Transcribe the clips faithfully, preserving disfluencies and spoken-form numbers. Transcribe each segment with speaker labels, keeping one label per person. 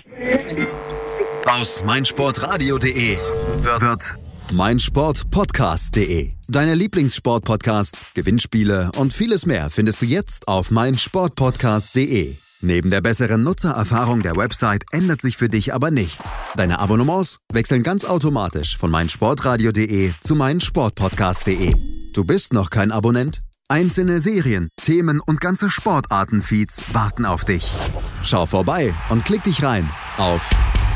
Speaker 1: Aus meinsportradio punkt de wird meinsportpodcast punkt de. Deine Lieblingssportpodcasts, Gewinnspiele und vieles mehr findest du jetzt auf meinsportpodcast punkt de. Neben der besseren Nutzererfahrung der Website ändert sich für dich aber nichts. Deine Abonnements wechseln ganz automatisch von meinsportradio punkt de zu meinsportpodcast punkt de. Du bist noch kein Abonnent? Einzelne Serien, Themen und ganze Sportarten-Feeds warten auf dich. Schau vorbei und klick dich rein auf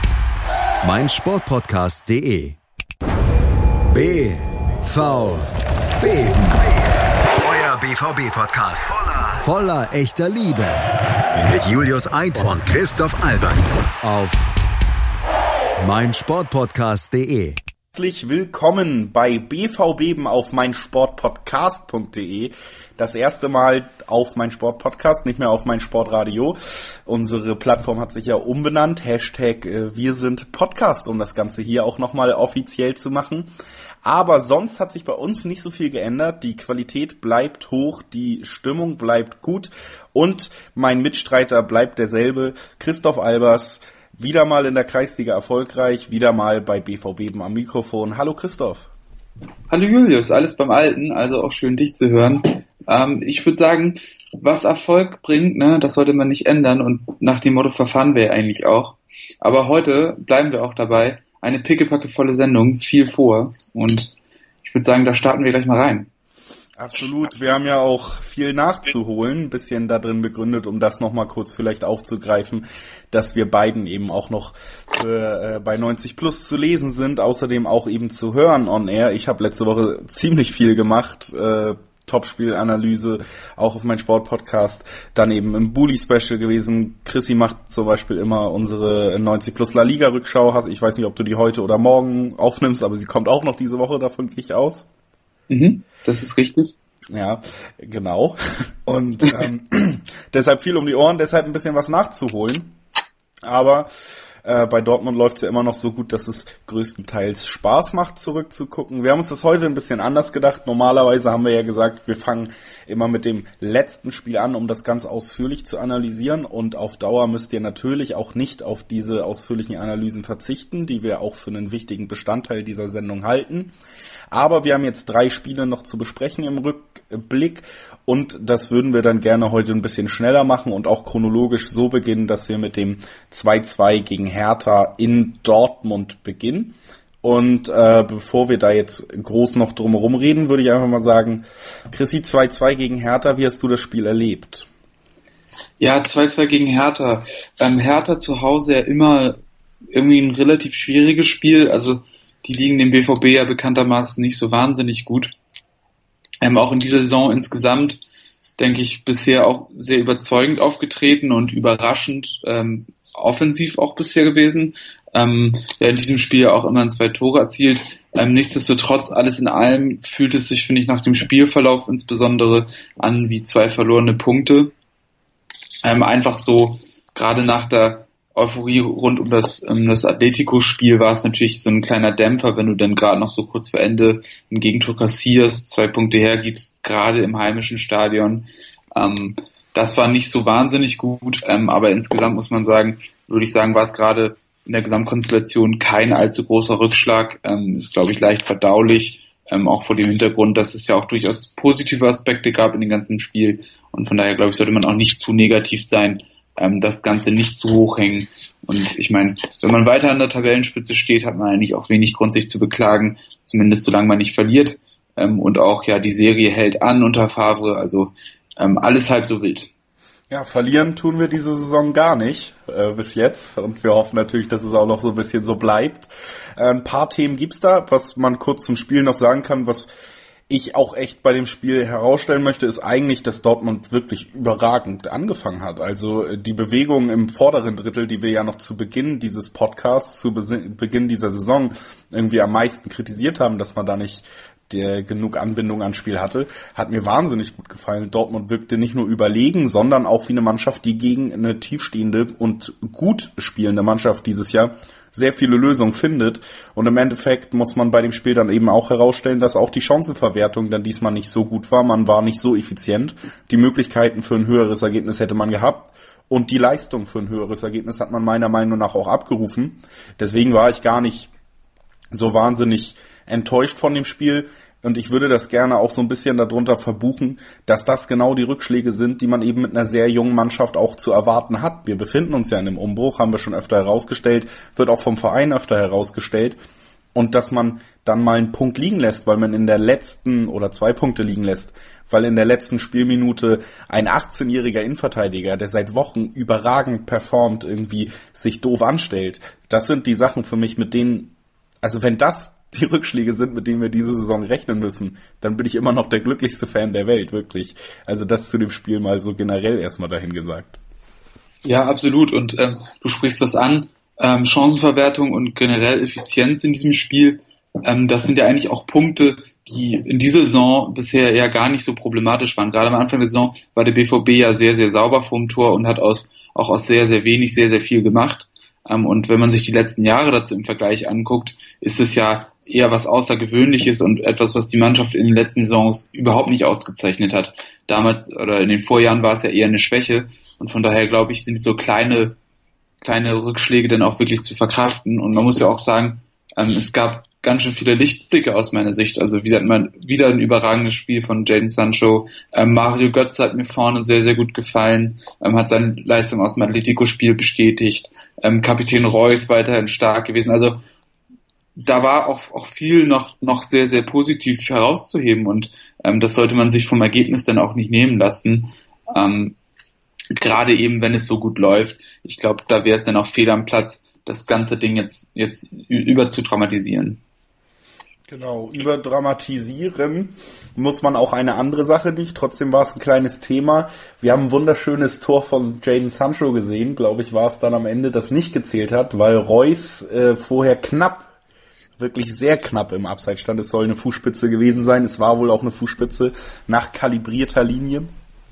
Speaker 1: meinsportpodcast punkt de. B V B. Euer B V B-Podcast. Voller echter Liebe. Mit Julius Eid und Christoph Albers. Auf meinsportpodcast punkt de.
Speaker 2: Herzlich willkommen bei B V Beben auf meinsportpodcast punkt de. Das erste Mal auf meinsportpodcast, nicht mehr auf meinsportradio. Unsere Plattform hat sich ja umbenannt. Hashtag äh, wir sind Podcast, um das Ganze hier auch nochmal offiziell zu machen. Aber sonst hat sich bei uns nicht so viel geändert. Die Qualität bleibt hoch, die Stimmung bleibt gut und mein Mitstreiter bleibt derselbe, Christoph Albers. Wieder mal in der Kreisliga erfolgreich, wieder mal bei B V Beben am Mikrofon. Hallo Christoph.
Speaker 3: Hallo Julius, alles beim Alten, also auch schön dich zu hören. Ähm, ich würde sagen, was Erfolg bringt, ne, das sollte man nicht ändern und nach dem Motto verfahren wir eigentlich auch. Aber heute bleiben wir auch dabei, eine pickepackevolle Sendung, viel vor und ich würde sagen, da starten wir gleich mal rein.
Speaker 2: Absolut, wir haben ja auch viel nachzuholen, ein bisschen da drin begründet, um das nochmal kurz vielleicht aufzugreifen, dass wir beiden eben auch noch für, äh, bei neunzig plus zu lesen sind, außerdem auch eben zu hören on air. Ich habe letzte Woche ziemlich viel gemacht, äh, Topspielanalyse, auch auf meinem Sportpodcast, dann eben im Bully-Special gewesen. Chrissy macht zum Beispiel immer unsere neunzig plus La Liga-Rückschau. Ich weiß nicht, ob du die heute oder morgen aufnimmst, aber sie kommt auch noch diese Woche, davon gehe ich aus.
Speaker 3: Mhm, das ist richtig.
Speaker 2: Ja, genau. Und ähm, deshalb viel um die Ohren, deshalb ein bisschen was nachzuholen. Aber äh, bei Dortmund läuft es ja immer noch so gut, dass es größtenteils Spaß macht, zurückzugucken. Wir haben uns das heute ein bisschen anders gedacht. Normalerweise haben wir ja gesagt, wir fangen immer mit dem letzten Spiel an, um das ganz ausführlich zu analysieren. Und auf Dauer müsst ihr natürlich auch nicht auf diese ausführlichen Analysen verzichten, die wir auch für einen wichtigen Bestandteil dieser Sendung halten. Aber wir haben jetzt drei Spiele noch zu besprechen im Rückblick und das würden wir dann gerne heute ein bisschen schneller machen und auch chronologisch so beginnen, dass wir mit dem zwei zwei gegen Hertha in Dortmund beginnen. Und äh, bevor wir da jetzt groß noch drumherum reden, würde ich einfach mal sagen, Chrissy, zwei zwei gegen Hertha, wie hast du das Spiel erlebt?
Speaker 3: Ja, zwei zwei gegen Hertha. Ähm, Hertha zu Hause ja immer irgendwie ein relativ schwieriges Spiel, also die liegen dem B V B ja bekanntermaßen nicht so wahnsinnig gut. Ähm, auch in dieser Saison insgesamt, denke ich, bisher auch sehr überzeugend aufgetreten und überraschend ähm, offensiv auch bisher gewesen. Ähm, ja, in diesem Spiel auch immer zwei Tore erzielt. Ähm, nichtsdestotrotz, alles in allem fühlt es sich, finde ich, nach dem Spielverlauf insbesondere an wie zwei verlorene Punkte. Ähm, einfach so, gerade nach der Euphorie rund um das, um das Atletico-Spiel war es natürlich so ein kleiner Dämpfer, wenn du dann gerade noch so kurz vor Ende ein Gegentor kassierst, zwei Punkte hergibst, gerade im heimischen Stadion. Ähm, das war nicht so wahnsinnig gut, ähm, aber insgesamt muss man sagen, würde ich sagen, war es gerade in der Gesamtkonstellation kein allzu großer Rückschlag. Ähm, ist, glaube ich, leicht verdaulich, ähm, auch vor dem Hintergrund, dass es ja auch durchaus positive Aspekte gab in dem ganzen Spiel und von daher, glaube ich, sollte man auch nicht zu negativ sein, das Ganze nicht zu hoch hängen. Und ich meine, wenn man weiter an der Tabellenspitze steht, hat man eigentlich auch wenig Grund, sich zu beklagen, zumindest solange man nicht verliert. Und auch, ja, die Serie hält an unter Favre, also alles halb so wild.
Speaker 2: Ja, verlieren tun wir diese Saison gar nicht, äh, bis jetzt. Und wir hoffen natürlich, dass es auch noch so ein bisschen so bleibt. Äh, ein paar Themen gibt's da, was man kurz zum Spiel noch sagen kann, was ich auch echt bei dem Spiel herausstellen möchte, ist eigentlich, dass Dortmund wirklich überragend angefangen hat. Also die Bewegung im vorderen Drittel, die wir ja noch zu Beginn dieses Podcasts, zu Beginn dieser Saison irgendwie am meisten kritisiert haben, dass man da nicht der genug Anbindung ans Spiel hatte, hat mir wahnsinnig gut gefallen. Dortmund wirkte nicht nur überlegen, sondern auch wie eine Mannschaft, die gegen eine tiefstehende und gut spielende Mannschaft dieses Jahr sehr viele Lösungen findet. Und im Endeffekt muss man bei dem Spiel dann eben auch herausstellen, dass auch die Chancenverwertung dann diesmal nicht so gut war. Man war nicht so effizient. Die Möglichkeiten für ein höheres Ergebnis hätte man gehabt. Und die Leistung für ein höheres Ergebnis hat man meiner Meinung nach auch abgerufen. Deswegen war ich gar nicht so wahnsinnig enttäuscht von dem Spiel. Und ich würde das gerne auch so ein bisschen darunter verbuchen, dass das genau die Rückschläge sind, die man eben mit einer sehr jungen Mannschaft auch zu erwarten hat. Wir befinden uns ja in einem Umbruch, haben wir schon öfter herausgestellt, wird auch vom Verein öfter herausgestellt. Und dass man dann mal einen Punkt liegen lässt, weil man in der letzten, oder zwei Punkte liegen lässt, weil in der letzten Spielminute ein achtzehnjähriger Innenverteidiger, der seit Wochen überragend performt, irgendwie sich doof anstellt. Das sind die Sachen für mich, mit denen, also wenn das die Rückschläge sind, mit denen wir diese Saison rechnen müssen, dann bin ich immer noch der glücklichste Fan der Welt, wirklich. Also das zu dem Spiel mal so generell erstmal dahin gesagt.
Speaker 3: Ja, absolut. Und ähm, du sprichst was an, ähm, Chancenverwertung und generell Effizienz in diesem Spiel. Ähm, das sind ja eigentlich auch Punkte, die in dieser Saison bisher eher gar nicht so problematisch waren. Gerade am Anfang der Saison war der B V B ja sehr, sehr sauber vorm Tor und hat aus auch aus sehr, sehr wenig sehr, sehr viel gemacht. Ähm, und wenn man sich die letzten Jahre dazu im Vergleich anguckt, ist es ja eher was Außergewöhnliches und etwas, was die Mannschaft in den letzten Saisons überhaupt nicht ausgezeichnet hat. Damals oder in den Vorjahren war es ja eher eine Schwäche und von daher glaube ich, sind so kleine kleine Rückschläge dann auch wirklich zu verkraften. Und man muss ja auch sagen, ähm, es gab ganz schön viele Lichtblicke aus meiner Sicht. Also wieder, wieder ein überragendes Spiel von Jadon Sancho. Ähm, Mario Götze hat mir vorne sehr, sehr gut gefallen, ähm, hat seine Leistung aus dem Atletico-Spiel bestätigt. Ähm, Kapitän Reus weiterhin stark gewesen. Also da war auch, auch viel noch, noch sehr, sehr positiv herauszuheben und ähm, das sollte man sich vom Ergebnis dann auch nicht nehmen lassen. Ähm, gerade eben, wenn es so gut läuft. Ich glaube, da wäre es dann auch fehl am Platz, das ganze Ding jetzt, jetzt über zu dramatisieren.
Speaker 2: Genau, überdramatisieren muss man auch eine andere Sache nicht. Trotzdem war es ein kleines Thema. Wir haben ein wunderschönes Tor von Jadon Sancho gesehen, glaube ich, war es dann am Ende, das nicht gezählt hat, weil Reus äh, vorher knapp, wirklich sehr knapp im Abseits stand. Es soll eine Fußspitze gewesen sein. Es war wohl auch eine Fußspitze nach kalibrierter Linie.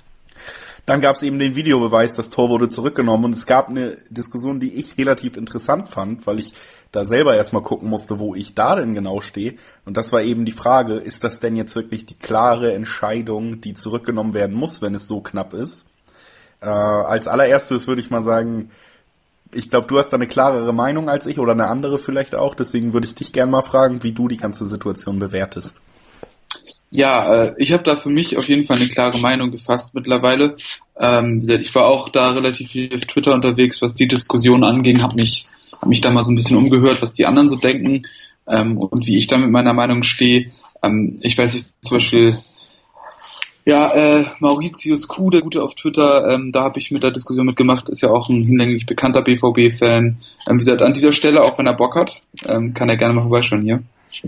Speaker 2: Dann gab es eben den Videobeweis, das Tor wurde zurückgenommen und es gab eine Diskussion, die ich relativ interessant fand, weil ich da selber erstmal gucken musste, wo ich da denn genau stehe. Und das war eben die Frage, ist das denn jetzt wirklich die klare Entscheidung, die zurückgenommen werden muss, wenn es so knapp ist? Äh, als allererstes würde ich mal sagen, ich glaube, du hast da eine klarere Meinung als ich oder eine andere vielleicht auch, deswegen würde ich dich gerne mal fragen, wie du die ganze Situation bewertest.
Speaker 3: Ja, äh, ich habe da für mich auf jeden Fall eine klare Meinung gefasst mittlerweile. Ähm, ich war auch da relativ viel auf Twitter unterwegs, was die Diskussion anging, habe mich, hab mich da mal so ein bisschen umgehört, was die anderen so denken ähm, und wie ich da mit meiner Meinung stehe. Ähm, ich weiß nicht, zum Beispiel, ja, äh, Mauritius Kuh, der Gute auf Twitter, ähm, da habe ich mit der Diskussion mitgemacht, ist ja auch ein hinlänglich bekannter B V B-Fan. Ähm, wie gesagt, an dieser Stelle, auch wenn er Bock hat, ähm, kann er gerne mal vorbeischauen hier.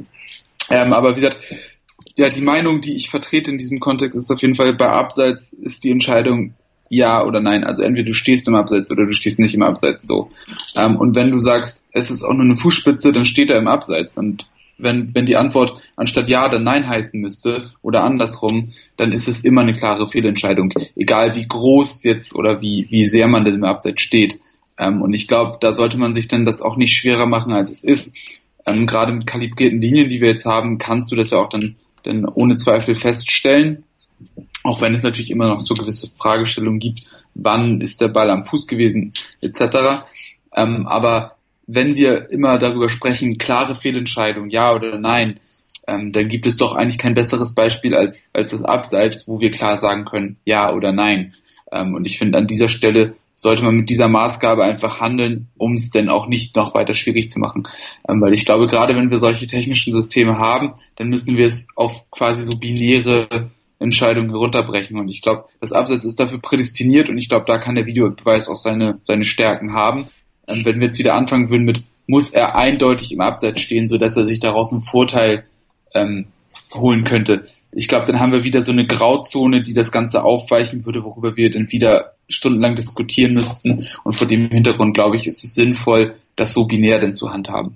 Speaker 3: Ähm, aber wie gesagt, ja, die Meinung, die ich vertrete in diesem Kontext, ist auf jeden Fall, bei Abseits ist die Entscheidung ja oder nein. Also entweder du stehst im Abseits oder du stehst nicht im Abseits, so. Ähm, und wenn du sagst, es ist auch nur eine Fußspitze, dann steht er im Abseits. Und wenn, wenn die Antwort anstatt ja dann nein heißen müsste oder andersrum, dann ist es immer eine klare Fehlentscheidung. Egal wie groß jetzt oder wie, wie sehr man denn im Abseits steht. Ähm, und ich glaube, da sollte man sich dann das auch nicht schwerer machen, als es ist. Ähm, gerade mit kalibrierten Linien, die wir jetzt haben, kannst du das ja auch dann denn ohne Zweifel feststellen, auch wenn es natürlich immer noch so gewisse Fragestellungen gibt, wann ist der Ball am Fuß gewesen, et cetera. Ähm, aber wenn wir immer darüber sprechen, klare Fehlentscheidung, ja oder nein, ähm, dann gibt es doch eigentlich kein besseres Beispiel als, als das Abseits, wo wir klar sagen können, ja oder nein. Ähm, und ich finde, an dieser Stelle sollte man mit dieser Maßgabe einfach handeln, um es denn auch nicht noch weiter schwierig zu machen. Ähm, weil ich glaube, gerade wenn wir solche technischen Systeme haben, dann müssen wir es auf quasi so binäre Entscheidungen herunterbrechen. Und ich glaube, das Abseits ist dafür prädestiniert und ich glaube, da kann der Videobeweis auch seine, seine Stärken haben. Ähm, wenn wir jetzt wieder anfangen würden mit, muss er eindeutig im Abseits stehen, sodass er sich daraus einen Vorteil ähm, holen könnte. Ich glaube, dann haben wir wieder so eine Grauzone, die das Ganze aufweichen würde, worüber wir dann wieder stundenlang diskutieren müssten. Und vor dem Hintergrund, glaube ich, ist es sinnvoll, das so binär denn zu handhaben.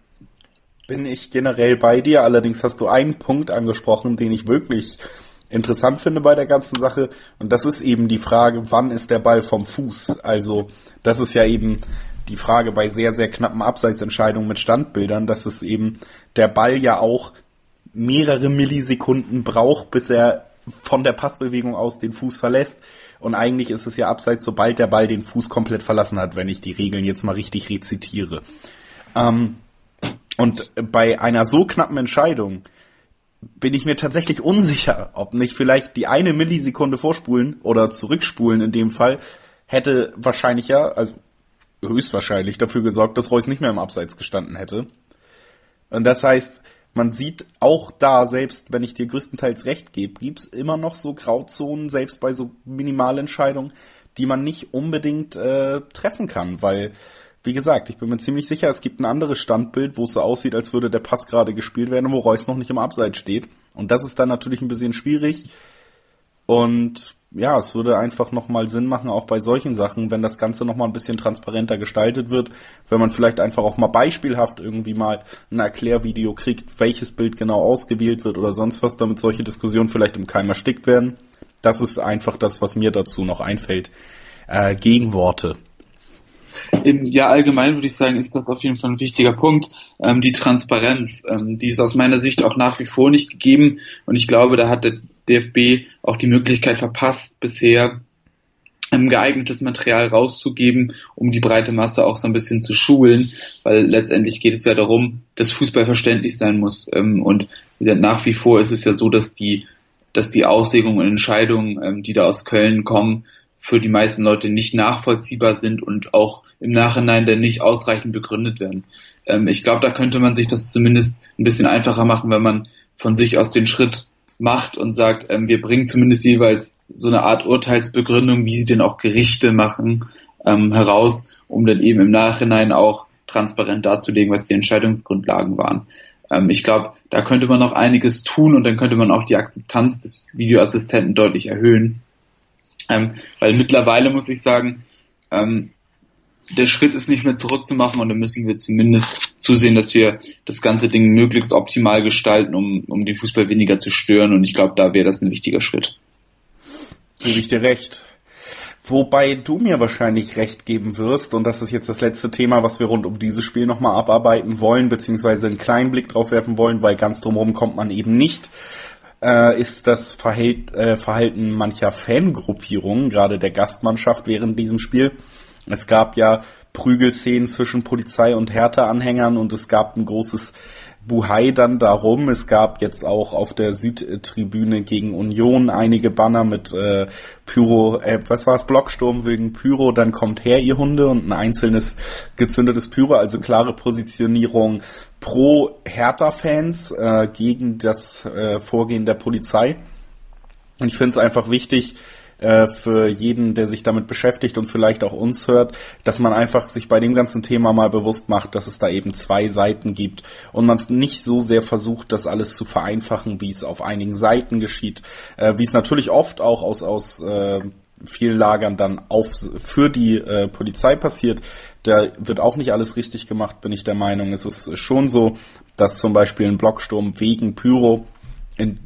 Speaker 2: Bin ich generell bei dir. Allerdings hast du einen Punkt angesprochen, den ich wirklich interessant finde bei der ganzen Sache. Und das ist eben die Frage, wann ist der Ball vom Fuß? Also das ist ja eben die Frage bei sehr, sehr knappen Abseitsentscheidungen mit Standbildern, dass es eben der Ball ja auch mehrere Millisekunden braucht, bis er von der Passbewegung aus den Fuß verlässt. Und eigentlich ist es ja abseits, sobald der Ball den Fuß komplett verlassen hat, wenn ich die Regeln jetzt mal richtig rezitiere. Ähm, und bei einer so knappen Entscheidung bin ich mir tatsächlich unsicher, ob nicht vielleicht die eine Millisekunde vorspulen oder zurückspulen in dem Fall hätte wahrscheinlich ja, also höchstwahrscheinlich dafür gesorgt, dass Reus nicht mehr im Abseits gestanden hätte. Und das heißt, man sieht auch da, selbst wenn ich dir größtenteils recht gebe, gibt's immer noch so Grauzonen, selbst bei so Minimalentscheidungen, die man nicht unbedingt äh, treffen kann, weil, wie gesagt, ich bin mir ziemlich sicher, es gibt ein anderes Standbild, wo es so aussieht, als würde der Pass gerade gespielt werden, wo Reus noch nicht im Abseits steht. Und das ist dann natürlich ein bisschen schwierig. Und ja, es würde einfach nochmal Sinn machen, auch bei solchen Sachen, wenn das Ganze nochmal ein bisschen transparenter gestaltet wird, wenn man vielleicht einfach auch mal beispielhaft irgendwie mal ein Erklärvideo kriegt, welches Bild genau ausgewählt wird oder sonst was, damit solche Diskussionen vielleicht im Keim erstickt werden. Das ist einfach das, was mir dazu noch einfällt. Äh, Gegenworte.
Speaker 3: Im, ja, allgemein würde ich sagen, ist das auf jeden Fall ein wichtiger Punkt. Ähm, die Transparenz, ähm, die ist aus meiner Sicht auch nach wie vor nicht gegeben. Und ich glaube, da hat der D F B auch die Möglichkeit verpasst, bisher ähm, geeignetes Material rauszugeben, um die breite Masse auch so ein bisschen zu schulen. Weil letztendlich geht es ja darum, dass Fußball verständlich sein muss. Ähm, und nach wie vor ist es ja so, dass die, dass die Auslegungen und Entscheidungen, ähm, die da aus Köln kommen, für die meisten Leute nicht nachvollziehbar sind und auch im Nachhinein dann nicht ausreichend begründet werden. Ähm, ich glaube, da könnte man sich das zumindest ein bisschen einfacher machen, wenn man von sich aus den Schritt macht und sagt, ähm, wir bringen zumindest jeweils so eine Art Urteilsbegründung, wie sie denn auch Gerichte machen, ähm, heraus, um dann eben im Nachhinein auch transparent darzulegen, was die Entscheidungsgrundlagen waren. Ähm, ich glaube, da könnte man noch einiges tun und dann könnte man auch die Akzeptanz des Videoassistenten deutlich erhöhen. Ähm, weil mittlerweile muss ich sagen, ähm, der Schritt ist nicht mehr zurückzumachen und da müssen wir zumindest zusehen, dass wir das ganze Ding möglichst optimal gestalten, um, um den Fußball weniger zu stören und ich glaube, da wäre das ein wichtiger Schritt.
Speaker 2: Gebe ich dir recht. Wobei du mir wahrscheinlich recht geben wirst, und das ist jetzt das letzte Thema, was wir rund um dieses Spiel nochmal abarbeiten wollen, beziehungsweise einen kleinen Blick drauf werfen wollen, weil ganz drumherum kommt man eben nicht, äh, ist das Verhält, äh, Verhalten mancher Fangruppierungen, gerade der Gastmannschaft während diesem Spiel. Es gab ja Prügelszenen zwischen Polizei und Hertha-Anhängern und es gab ein großes Buhai dann darum. Es gab jetzt auch auf der Südtribüne gegen Union einige Banner mit äh, Pyro, äh, was war's, Blocksturm wegen Pyro, dann kommt her, ihr Hunde, und ein einzelnes gezündetes Pyro, also klare Positionierung pro Hertha-Fans äh, gegen das äh, Vorgehen der Polizei. Und ich finde es einfach wichtig, für jeden, der sich damit beschäftigt und vielleicht auch uns hört, dass man einfach sich bei dem ganzen Thema mal bewusst macht, dass es da eben zwei Seiten gibt und man nicht so sehr versucht, das alles zu vereinfachen, wie es auf einigen Seiten geschieht, äh, wie es natürlich oft auch aus aus äh, vielen Lagern dann auf für die äh, Polizei passiert. Da wird auch nicht alles richtig gemacht, bin ich der Meinung. Es ist schon so, dass zum Beispiel ein Blocksturm wegen Pyro in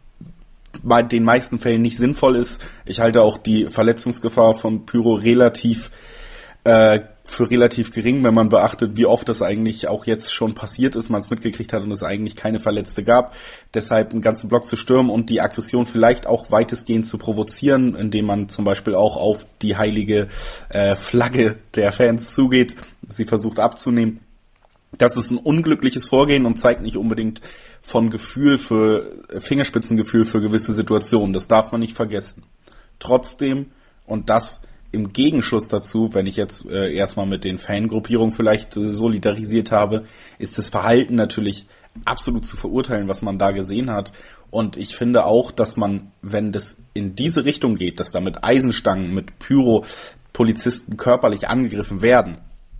Speaker 2: bei den meisten Fällen nicht sinnvoll ist. Ich halte auch die Verletzungsgefahr von Pyro relativ äh, für relativ gering, wenn man beachtet, wie oft das eigentlich auch jetzt schon passiert ist, man es mitgekriegt hat und es eigentlich keine Verletzte gab. Deshalb einen ganzen Block zu stürmen und die Aggression vielleicht auch weitestgehend zu provozieren, indem man zum Beispiel auch auf die heilige äh, Flagge der Fans zugeht, sie versucht abzunehmen. Das ist ein unglückliches Vorgehen und zeigt nicht unbedingt von Gefühl für, Fingerspitzengefühl für gewisse Situationen. Das darf man nicht vergessen. Trotzdem, und das im Gegenschuss dazu, wenn ich jetzt äh, erstmal mit den Fangruppierungen vielleicht äh, solidarisiert habe, ist das Verhalten natürlich absolut zu verurteilen, was man da gesehen hat. Und ich finde auch, dass man, wenn das in diese Richtung geht, dass da mit Eisenstangen, mit Pyro Polizisten körperlich angegriffen werden,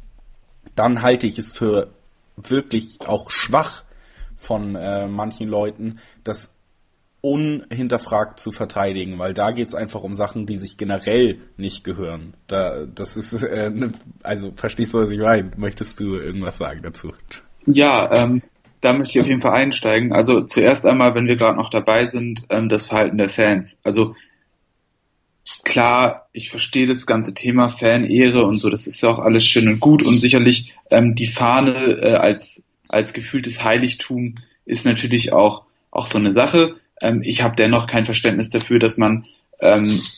Speaker 2: dann halte ich es für wirklich auch schwach von äh, manchen Leuten, das unhinterfragt zu verteidigen, weil da geht's einfach um Sachen, die sich generell nicht gehören. Da, das ist, äh, ne, also verstehst du, was ich meine? Möchtest du irgendwas sagen dazu?
Speaker 3: Ja, ähm, da möchte ich auf jeden Fall einsteigen. Also zuerst einmal, wenn wir gerade noch dabei sind, ähm, das Verhalten der Fans. Also klar, ich verstehe das ganze Thema Fanehre und so, das ist ja auch alles schön und gut und sicherlich ähm, die Fahne äh, als als gefühltes Heiligtum ist natürlich auch auch so eine Sache. Ähm, ich habe dennoch kein Verständnis dafür, dass man ähm,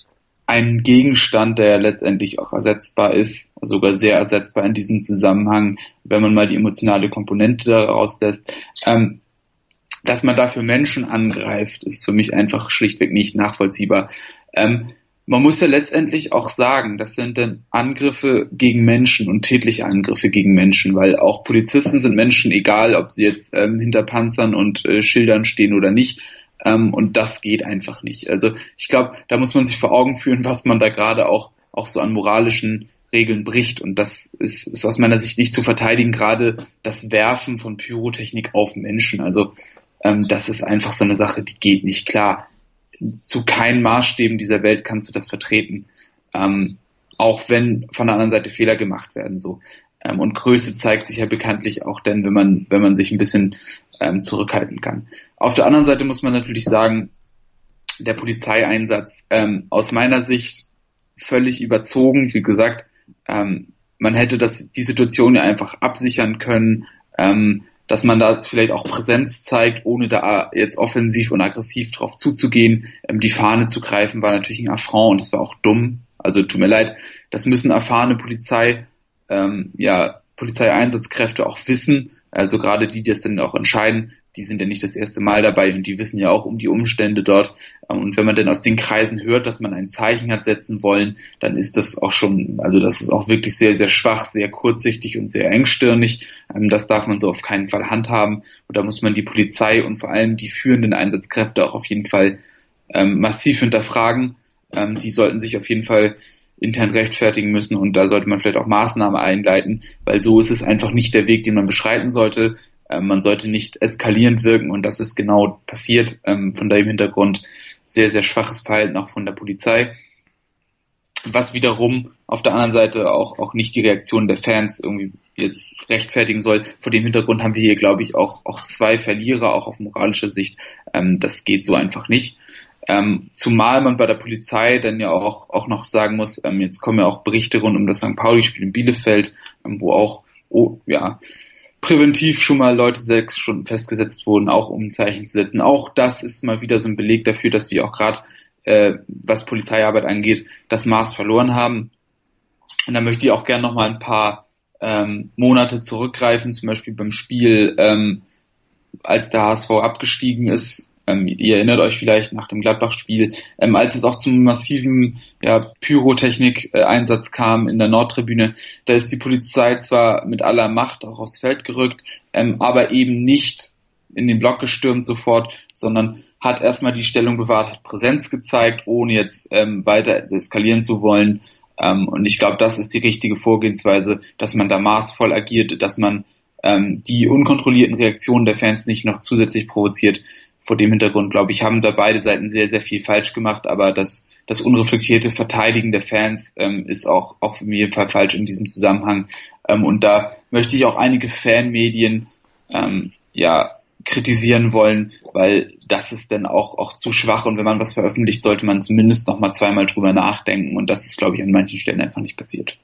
Speaker 3: ein Gegenstand, der letztendlich auch ersetzbar ist, sogar sehr ersetzbar in diesem Zusammenhang, wenn man mal die emotionale Komponente daraus lässt. Ähm, dass man dafür Menschen angreift, ist für mich einfach schlichtweg nicht nachvollziehbar. Ähm, man muss ja letztendlich auch sagen, das sind dann Angriffe gegen Menschen und tätliche Angriffe gegen Menschen, weil auch Polizisten sind Menschen, egal ob sie jetzt ähm, hinter Panzern und äh, Schildern stehen oder nicht. Ähm, und das geht einfach nicht. Also ich glaube, da muss man sich vor Augen führen, was man da gerade auch auch so an moralischen Regeln bricht. Und das ist, ist aus meiner Sicht nicht zu verteidigen, gerade das Werfen von Pyrotechnik auf Menschen. Also ähm, das ist einfach so eine Sache, die geht nicht klar. Zu keinen Maßstäben dieser Welt kannst du das vertreten. Ähm, auch wenn von der anderen Seite Fehler gemacht werden. So. Ähm, und Größe zeigt sich ja bekanntlich auch dann, wenn man, wenn man sich ein bisschen ähm, zurückhalten kann. Auf der anderen Seite muss man natürlich sagen, der Polizeieinsatz ähm, aus meiner Sicht völlig überzogen. Wie gesagt, ähm, man hätte das, die Situation ja einfach absichern können, ähm, dass man da vielleicht auch Präsenz zeigt, ohne da jetzt offensiv und aggressiv drauf zuzugehen. Ähm, die Fahne zu greifen war natürlich ein Affront und das war auch dumm. Also tut mir leid, das müssen erfahrene Polizei, ähm, ja, Polizeieinsatzkräfte auch wissen. Also gerade die, die das dann auch entscheiden, die sind ja nicht das erste Mal dabei und die wissen ja auch um die Umstände dort. Und wenn man dann aus den Kreisen hört, dass man ein Zeichen hat setzen wollen, dann ist das auch schon, also das ist auch wirklich sehr, sehr schwach, sehr kurzsichtig und sehr engstirnig. Das darf man so auf keinen Fall handhaben. Und da muss man die Polizei und vor allem die führenden Einsatzkräfte auch auf jeden Fall ähm, massiv hinterfragen. Ähm, die sollten sich auf jeden Fall intern rechtfertigen müssen und da sollte man vielleicht auch Maßnahmen einleiten, weil so ist es einfach nicht der Weg, den man beschreiten sollte. Ähm, man sollte nicht eskalierend wirken und das ist genau passiert. Ähm, von dem Hintergrund sehr, sehr schwaches Verhalten auch von der Polizei. Was wiederum auf der anderen Seite auch, auch nicht die Reaktion der Fans irgendwie jetzt rechtfertigen soll. Vor dem Hintergrund haben wir hier, glaube ich, auch, auch zwei Verlierer, auch auf moralischer Sicht. Ähm, das geht so einfach nicht. Ähm, zumal man bei der Polizei dann ja auch, auch noch sagen muss, ähm, jetzt kommen ja auch Berichte rund um das Sankt Pauli-Spiel in Bielefeld, ähm, wo auch, oh, ja, präventiv schon mal Leute sechs Stunden festgesetzt wurden, auch um ein Zeichen zu setzen. Auch das ist mal wieder so ein Beleg dafür, dass wir auch gerade, äh, was Polizeiarbeit angeht, das Maß verloren haben. Und da möchte ich auch gerne noch mal ein paar ähm, Monate zurückgreifen, zum Beispiel beim Spiel, ähm, als der H S V abgestiegen ist. Ähm, ihr erinnert euch vielleicht nach dem Gladbach-Spiel, ähm, als es auch zum massiven ja, Pyrotechnik-Einsatz kam in der Nordtribüne, da ist die Polizei zwar mit aller Macht auch aufs Feld gerückt, ähm, aber eben nicht in den Block gestürmt sofort, sondern hat erstmal die Stellung bewahrt, hat Präsenz gezeigt, ohne jetzt ähm, weiter eskalieren zu wollen. Ähm, und ich glaube, das ist die richtige Vorgehensweise, dass man da maßvoll agiert, dass man ähm, die unkontrollierten Reaktionen der Fans nicht noch zusätzlich provoziert. Vor dem Hintergrund, glaube ich, haben da beide Seiten sehr, sehr viel falsch gemacht, aber das, das unreflektierte Verteidigen der Fans ähm, ist auch, auch in jedem Fall falsch in diesem Zusammenhang. Ähm, und da möchte ich auch einige Fanmedien ähm, ja kritisieren wollen, weil das ist dann auch, auch zu schwach und wenn man was veröffentlicht, sollte man zumindest noch mal zweimal drüber nachdenken und das ist, glaube ich, an manchen Stellen einfach nicht passiert.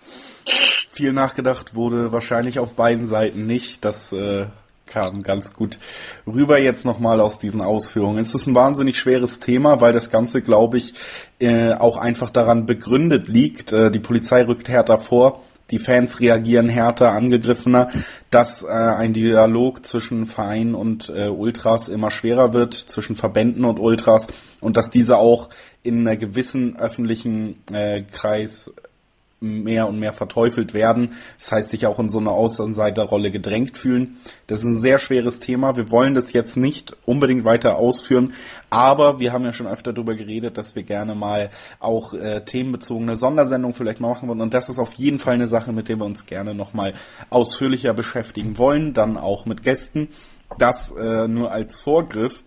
Speaker 2: Viel nachgedacht wurde wahrscheinlich auf beiden Seiten nicht, das äh kam ganz gut rüber jetzt nochmal aus diesen Ausführungen. Es ist ein wahnsinnig schweres Thema, weil das Ganze, glaube ich, äh, auch einfach daran begründet liegt. Äh, die Polizei rückt härter vor, die Fans reagieren härter, angegriffener, dass äh, ein Dialog zwischen Verein und äh, Ultras immer schwerer wird, zwischen Verbänden und Ultras und dass diese auch in einer gewissen öffentlichen äh, Kreis mehr und mehr verteufelt werden. Das heißt, sich auch in so eine Außenseiterrolle gedrängt fühlen. Das ist ein sehr schweres Thema. Wir wollen das jetzt nicht unbedingt weiter ausführen, aber wir haben ja schon öfter darüber geredet, dass wir gerne mal auch äh, themenbezogene Sondersendungen vielleicht mal machen wollen. Und das ist auf jeden Fall eine Sache, mit der wir uns gerne nochmal ausführlicher beschäftigen wollen, dann auch mit Gästen. Das äh, nur als Vorgriff.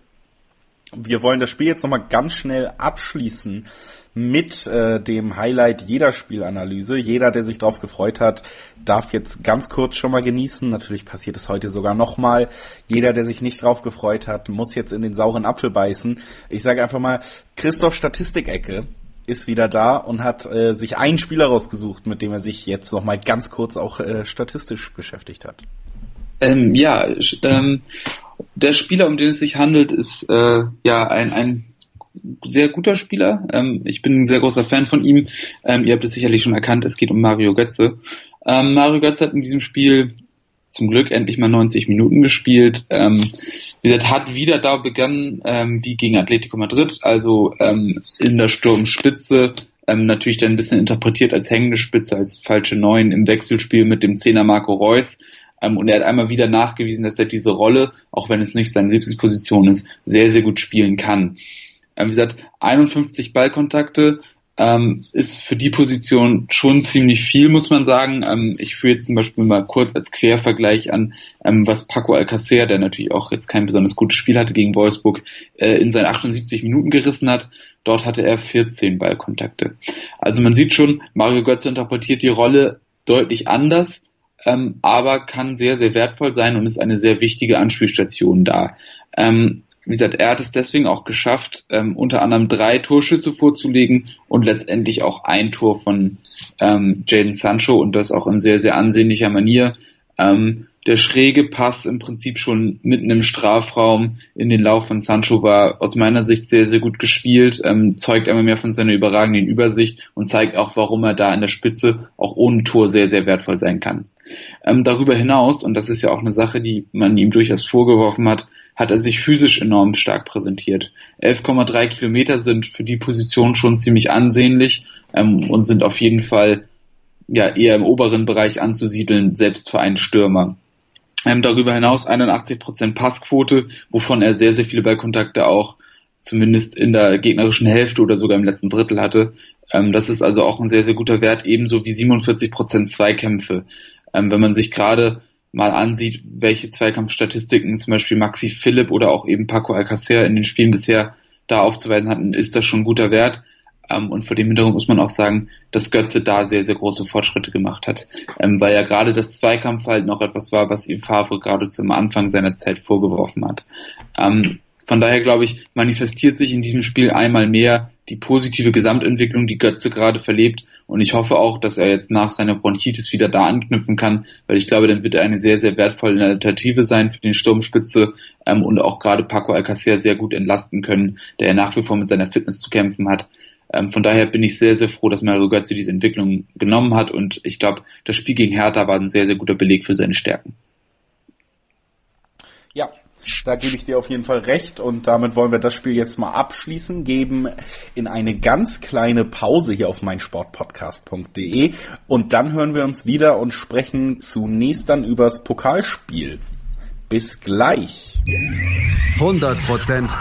Speaker 2: Wir wollen das Spiel jetzt nochmal ganz schnell abschließen mit äh, dem Highlight jeder Spielanalyse. Jeder, der sich drauf gefreut hat, darf jetzt ganz kurz schon mal genießen. Natürlich passiert es heute sogar nochmal. Jeder, der sich nicht drauf gefreut hat, muss jetzt in den sauren Apfel beißen. Ich sage einfach mal, Christoph Statistikecke ist wieder da und hat äh, sich einen Spieler rausgesucht, mit dem er sich jetzt nochmal ganz kurz auch äh, statistisch beschäftigt hat.
Speaker 3: Ähm, ja, ähm, der Spieler, um den es sich handelt, ist äh, ja ein, ein sehr guter Spieler. Ähm, ich bin ein sehr großer Fan von ihm. Ähm, ihr habt es sicherlich schon erkannt, es geht um Mario Götze. Ähm, Mario Götze hat in diesem Spiel zum Glück endlich mal neunzig Minuten gespielt. Ähm, wie gesagt, hat wieder da begonnen, ähm, wie gegen Atletico Madrid, also ähm, in der Sturmspitze, ähm, natürlich dann ein bisschen interpretiert als hängende Spitze, als falsche Neun im Wechselspiel mit dem Zehner Marco Reus. Ähm, und er hat einmal wieder nachgewiesen, dass er diese Rolle, auch wenn es nicht seine Lieblingsposition ist, sehr, sehr gut spielen kann. Ähm, wie gesagt, einundfünfzig Ballkontakte, Ähm, ist für die Position schon ziemlich viel, muss man sagen. Ähm, ich führe jetzt zum Beispiel mal kurz als Quervergleich an, ähm, was Paco Alcácer, der natürlich auch jetzt kein besonders gutes Spiel hatte gegen Wolfsburg, äh, in seinen achtundsiebzig Minuten gerissen hat. Dort hatte er vierzehn Ballkontakte. Also man sieht schon, Mario Götze interpretiert die Rolle deutlich anders, ähm, aber kann sehr, sehr wertvoll sein und ist eine sehr wichtige Anspielstation da. Ähm, Wie gesagt, er hat es deswegen auch geschafft, ähm, unter anderem drei Torschüsse vorzulegen und letztendlich auch ein Tor von ähm, Jadon Sancho und das auch in sehr, sehr ansehnlicher Manier. Ähm, der schräge Pass im Prinzip schon mitten im Strafraum in den Lauf von Sancho war aus meiner Sicht sehr, sehr gut gespielt, ähm, zeugt immer mehr von seiner überragenden Übersicht und zeigt auch, warum er da in der Spitze auch ohne Tor sehr, sehr wertvoll sein kann. Ähm, darüber hinaus, und das ist ja auch eine Sache, die man ihm durchaus vorgeworfen hat, hat er sich physisch enorm stark präsentiert. elf Komma drei Kilometer sind für die Position schon ziemlich ansehnlich ähm, und sind auf jeden Fall ja eher im oberen Bereich anzusiedeln, selbst für einen Stürmer. Ähm, darüber hinaus einundachtzig Prozent Passquote, wovon er sehr, sehr viele Ballkontakte auch zumindest in der gegnerischen Hälfte oder sogar im letzten Drittel hatte. Ähm, das ist also auch ein sehr, sehr guter Wert, ebenso wie siebenundvierzig Prozent Zweikämpfe. Ähm, wenn man sich gerade mal ansieht, welche Zweikampfstatistiken zum Beispiel Maxi Philipp oder auch eben Paco Alcácer in den Spielen bisher da aufzuweisen hatten, ist das schon ein guter Wert. Ähm, und vor dem Hintergrund muss man auch sagen, dass Götze da sehr, sehr große Fortschritte gemacht hat, ähm, weil ja gerade das Zweikampfverhalten noch etwas war, was ihm Favre gerade zum Anfang seiner Zeit vorgeworfen hat. Ähm, Von daher, glaube ich, manifestiert sich in diesem Spiel einmal mehr die positive Gesamtentwicklung, die Götze gerade verlebt. Und ich hoffe auch, dass er jetzt nach seiner Bronchitis wieder da anknüpfen kann, weil ich glaube, dann wird er eine sehr, sehr wertvolle Alternative sein für den Sturmspitze ähm, und auch gerade Paco Alcácer sehr gut entlasten können, der ja nach wie vor mit seiner Fitness zu kämpfen hat. Ähm, von daher bin ich sehr, sehr froh, dass Mario Götze diese Entwicklung genommen hat. Und ich glaube, das Spiel gegen Hertha war ein sehr, sehr guter Beleg für seine Stärken.
Speaker 2: Ja, da gebe ich dir auf jeden Fall recht und damit wollen wir das Spiel jetzt mal abschließen, geben in eine ganz kleine Pause hier auf meinsportpodcast punkt de und dann hören wir uns wieder und sprechen zunächst dann übers Pokalspiel. Bis gleich.
Speaker 1: hundert Prozent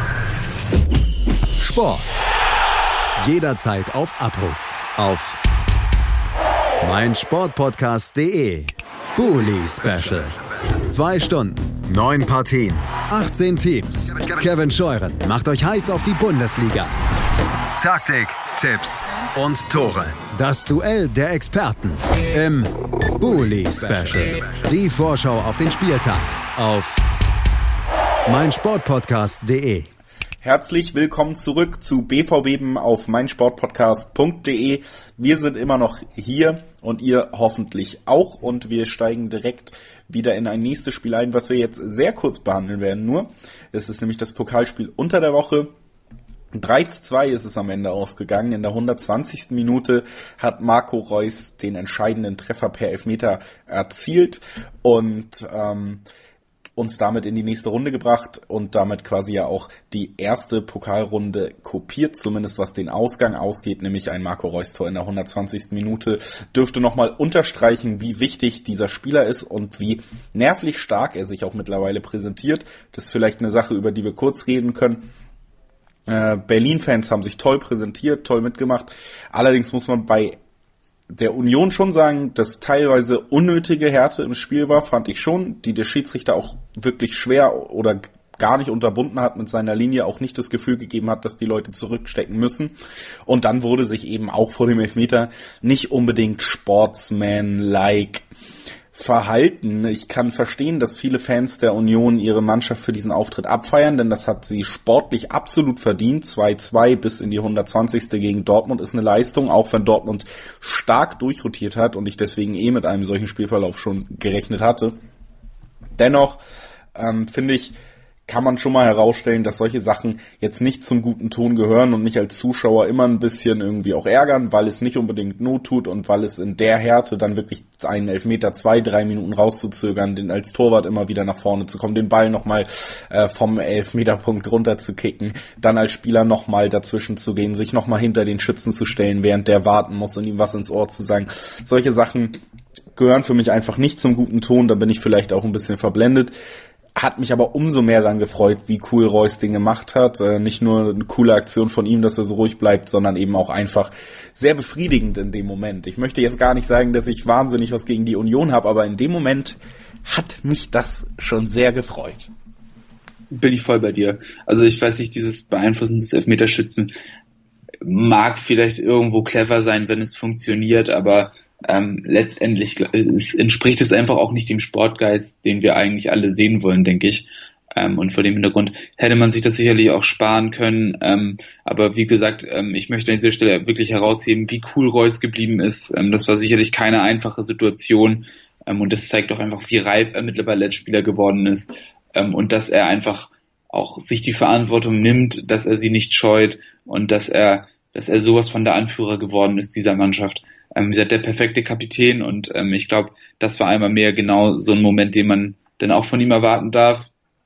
Speaker 1: Sport. Jederzeit auf Abruf. Auf meinsportpodcast punkt de. Bully Special. Zwei Stunden, neun Partien, achtzehn Teams. Kevin Scheuren macht euch heiß auf die Bundesliga. Taktik, Tipps und Tore. Das Duell der Experten im Bully Special. Die Vorschau auf den Spieltag auf meinsportpodcast punkt de.
Speaker 2: Herzlich willkommen zurück zu B V Beben auf meinsportpodcast punkt de. Wir sind immer noch hier und ihr hoffentlich auch und wir steigen direkt wieder in ein nächstes Spiel ein, was wir jetzt sehr kurz behandeln werden nur. Es ist nämlich das Pokalspiel unter der Woche. drei zu zwei ist es am Ende ausgegangen. In der hundertzwanzigsten Minute hat Marco Reus den entscheidenden Treffer per Elfmeter erzielt und ähm, uns damit in die nächste Runde gebracht und damit quasi ja auch die erste Pokalrunde kopiert, zumindest was den Ausgang ausgeht, nämlich ein Marco Reus-Tor in der hundertzwanzigsten Minute. Dürfte nochmal unterstreichen, wie wichtig dieser Spieler ist und wie nervlich stark er sich auch mittlerweile präsentiert. Das ist vielleicht eine Sache, über die wir kurz reden können. Äh, Berlin-Fans haben sich toll präsentiert, toll mitgemacht. Allerdings muss man bei der Union schon sagen, dass teilweise unnötige Härte im Spiel war, fand ich schon, die der Schiedsrichter auch wirklich schwer oder gar nicht unterbunden hat mit seiner Linie, auch nicht das Gefühl gegeben hat, dass die Leute zurückstecken müssen. Und dann wurde sich eben auch vor dem Elfmeter nicht unbedingt Sportsman-like verhalten. Ich kann verstehen, dass viele Fans der Union ihre Mannschaft für diesen Auftritt abfeiern, denn das hat sie sportlich absolut verdient. zwei zu zwei bis in die hundertzwanzigste gegen Dortmund ist eine Leistung, auch wenn Dortmund stark durchrotiert hat und ich deswegen eh mit einem solchen Spielverlauf schon gerechnet hatte. Dennoch ähm, finde ich, kann man schon mal herausstellen, dass solche Sachen jetzt nicht zum guten Ton gehören und mich als Zuschauer immer ein bisschen irgendwie auch ärgern, weil es nicht unbedingt Not tut und weil es in der Härte dann wirklich einen Elfmeter zwei, drei Minuten rauszuzögern, den als Torwart immer wieder nach vorne zu kommen, den Ball nochmal äh, vom Elfmeterpunkt runter zu kicken, dann als Spieler nochmal dazwischen zu gehen, sich nochmal hinter den Schützen zu stellen, während der warten muss und ihm was ins Ohr zu sagen. Solche Sachen gehören für mich einfach nicht zum guten Ton, da bin ich vielleicht auch ein bisschen verblendet. Hat mich aber umso mehr dann gefreut, wie cool Reus den gemacht hat. Äh, nicht nur eine coole Aktion von ihm, dass er so ruhig bleibt, sondern eben auch einfach sehr befriedigend in dem Moment. Ich möchte jetzt gar nicht sagen, dass ich wahnsinnig was gegen die Union habe, aber in dem Moment hat mich das schon sehr gefreut.
Speaker 3: Bin ich voll bei dir. Also ich weiß nicht, dieses Beeinflussen des Elfmeterschützen mag vielleicht irgendwo clever sein, wenn es funktioniert, aber Ähm, letztendlich es entspricht es einfach auch nicht dem Sportgeist, den wir eigentlich alle sehen wollen, denke ich. Ähm, und vor dem Hintergrund hätte man sich das sicherlich auch sparen können. Ähm, aber wie gesagt, ähm, ich möchte an dieser Stelle wirklich herausheben, wie cool Reus geblieben ist. Ähm, das war sicherlich keine einfache Situation. Ähm, und das zeigt auch einfach, wie reif er mittlerweile als Spieler geworden ist. Ähm, und dass er einfach auch sich die Verantwortung nimmt, dass er sie nicht scheut und dass er, dass er sowas von der Anführer geworden ist dieser Mannschaft. Ähm, wie gesagt, der perfekte Kapitän und ähm, ich glaube, das war einmal mehr genau so ein Moment, den man dann auch von ihm erwarten darf.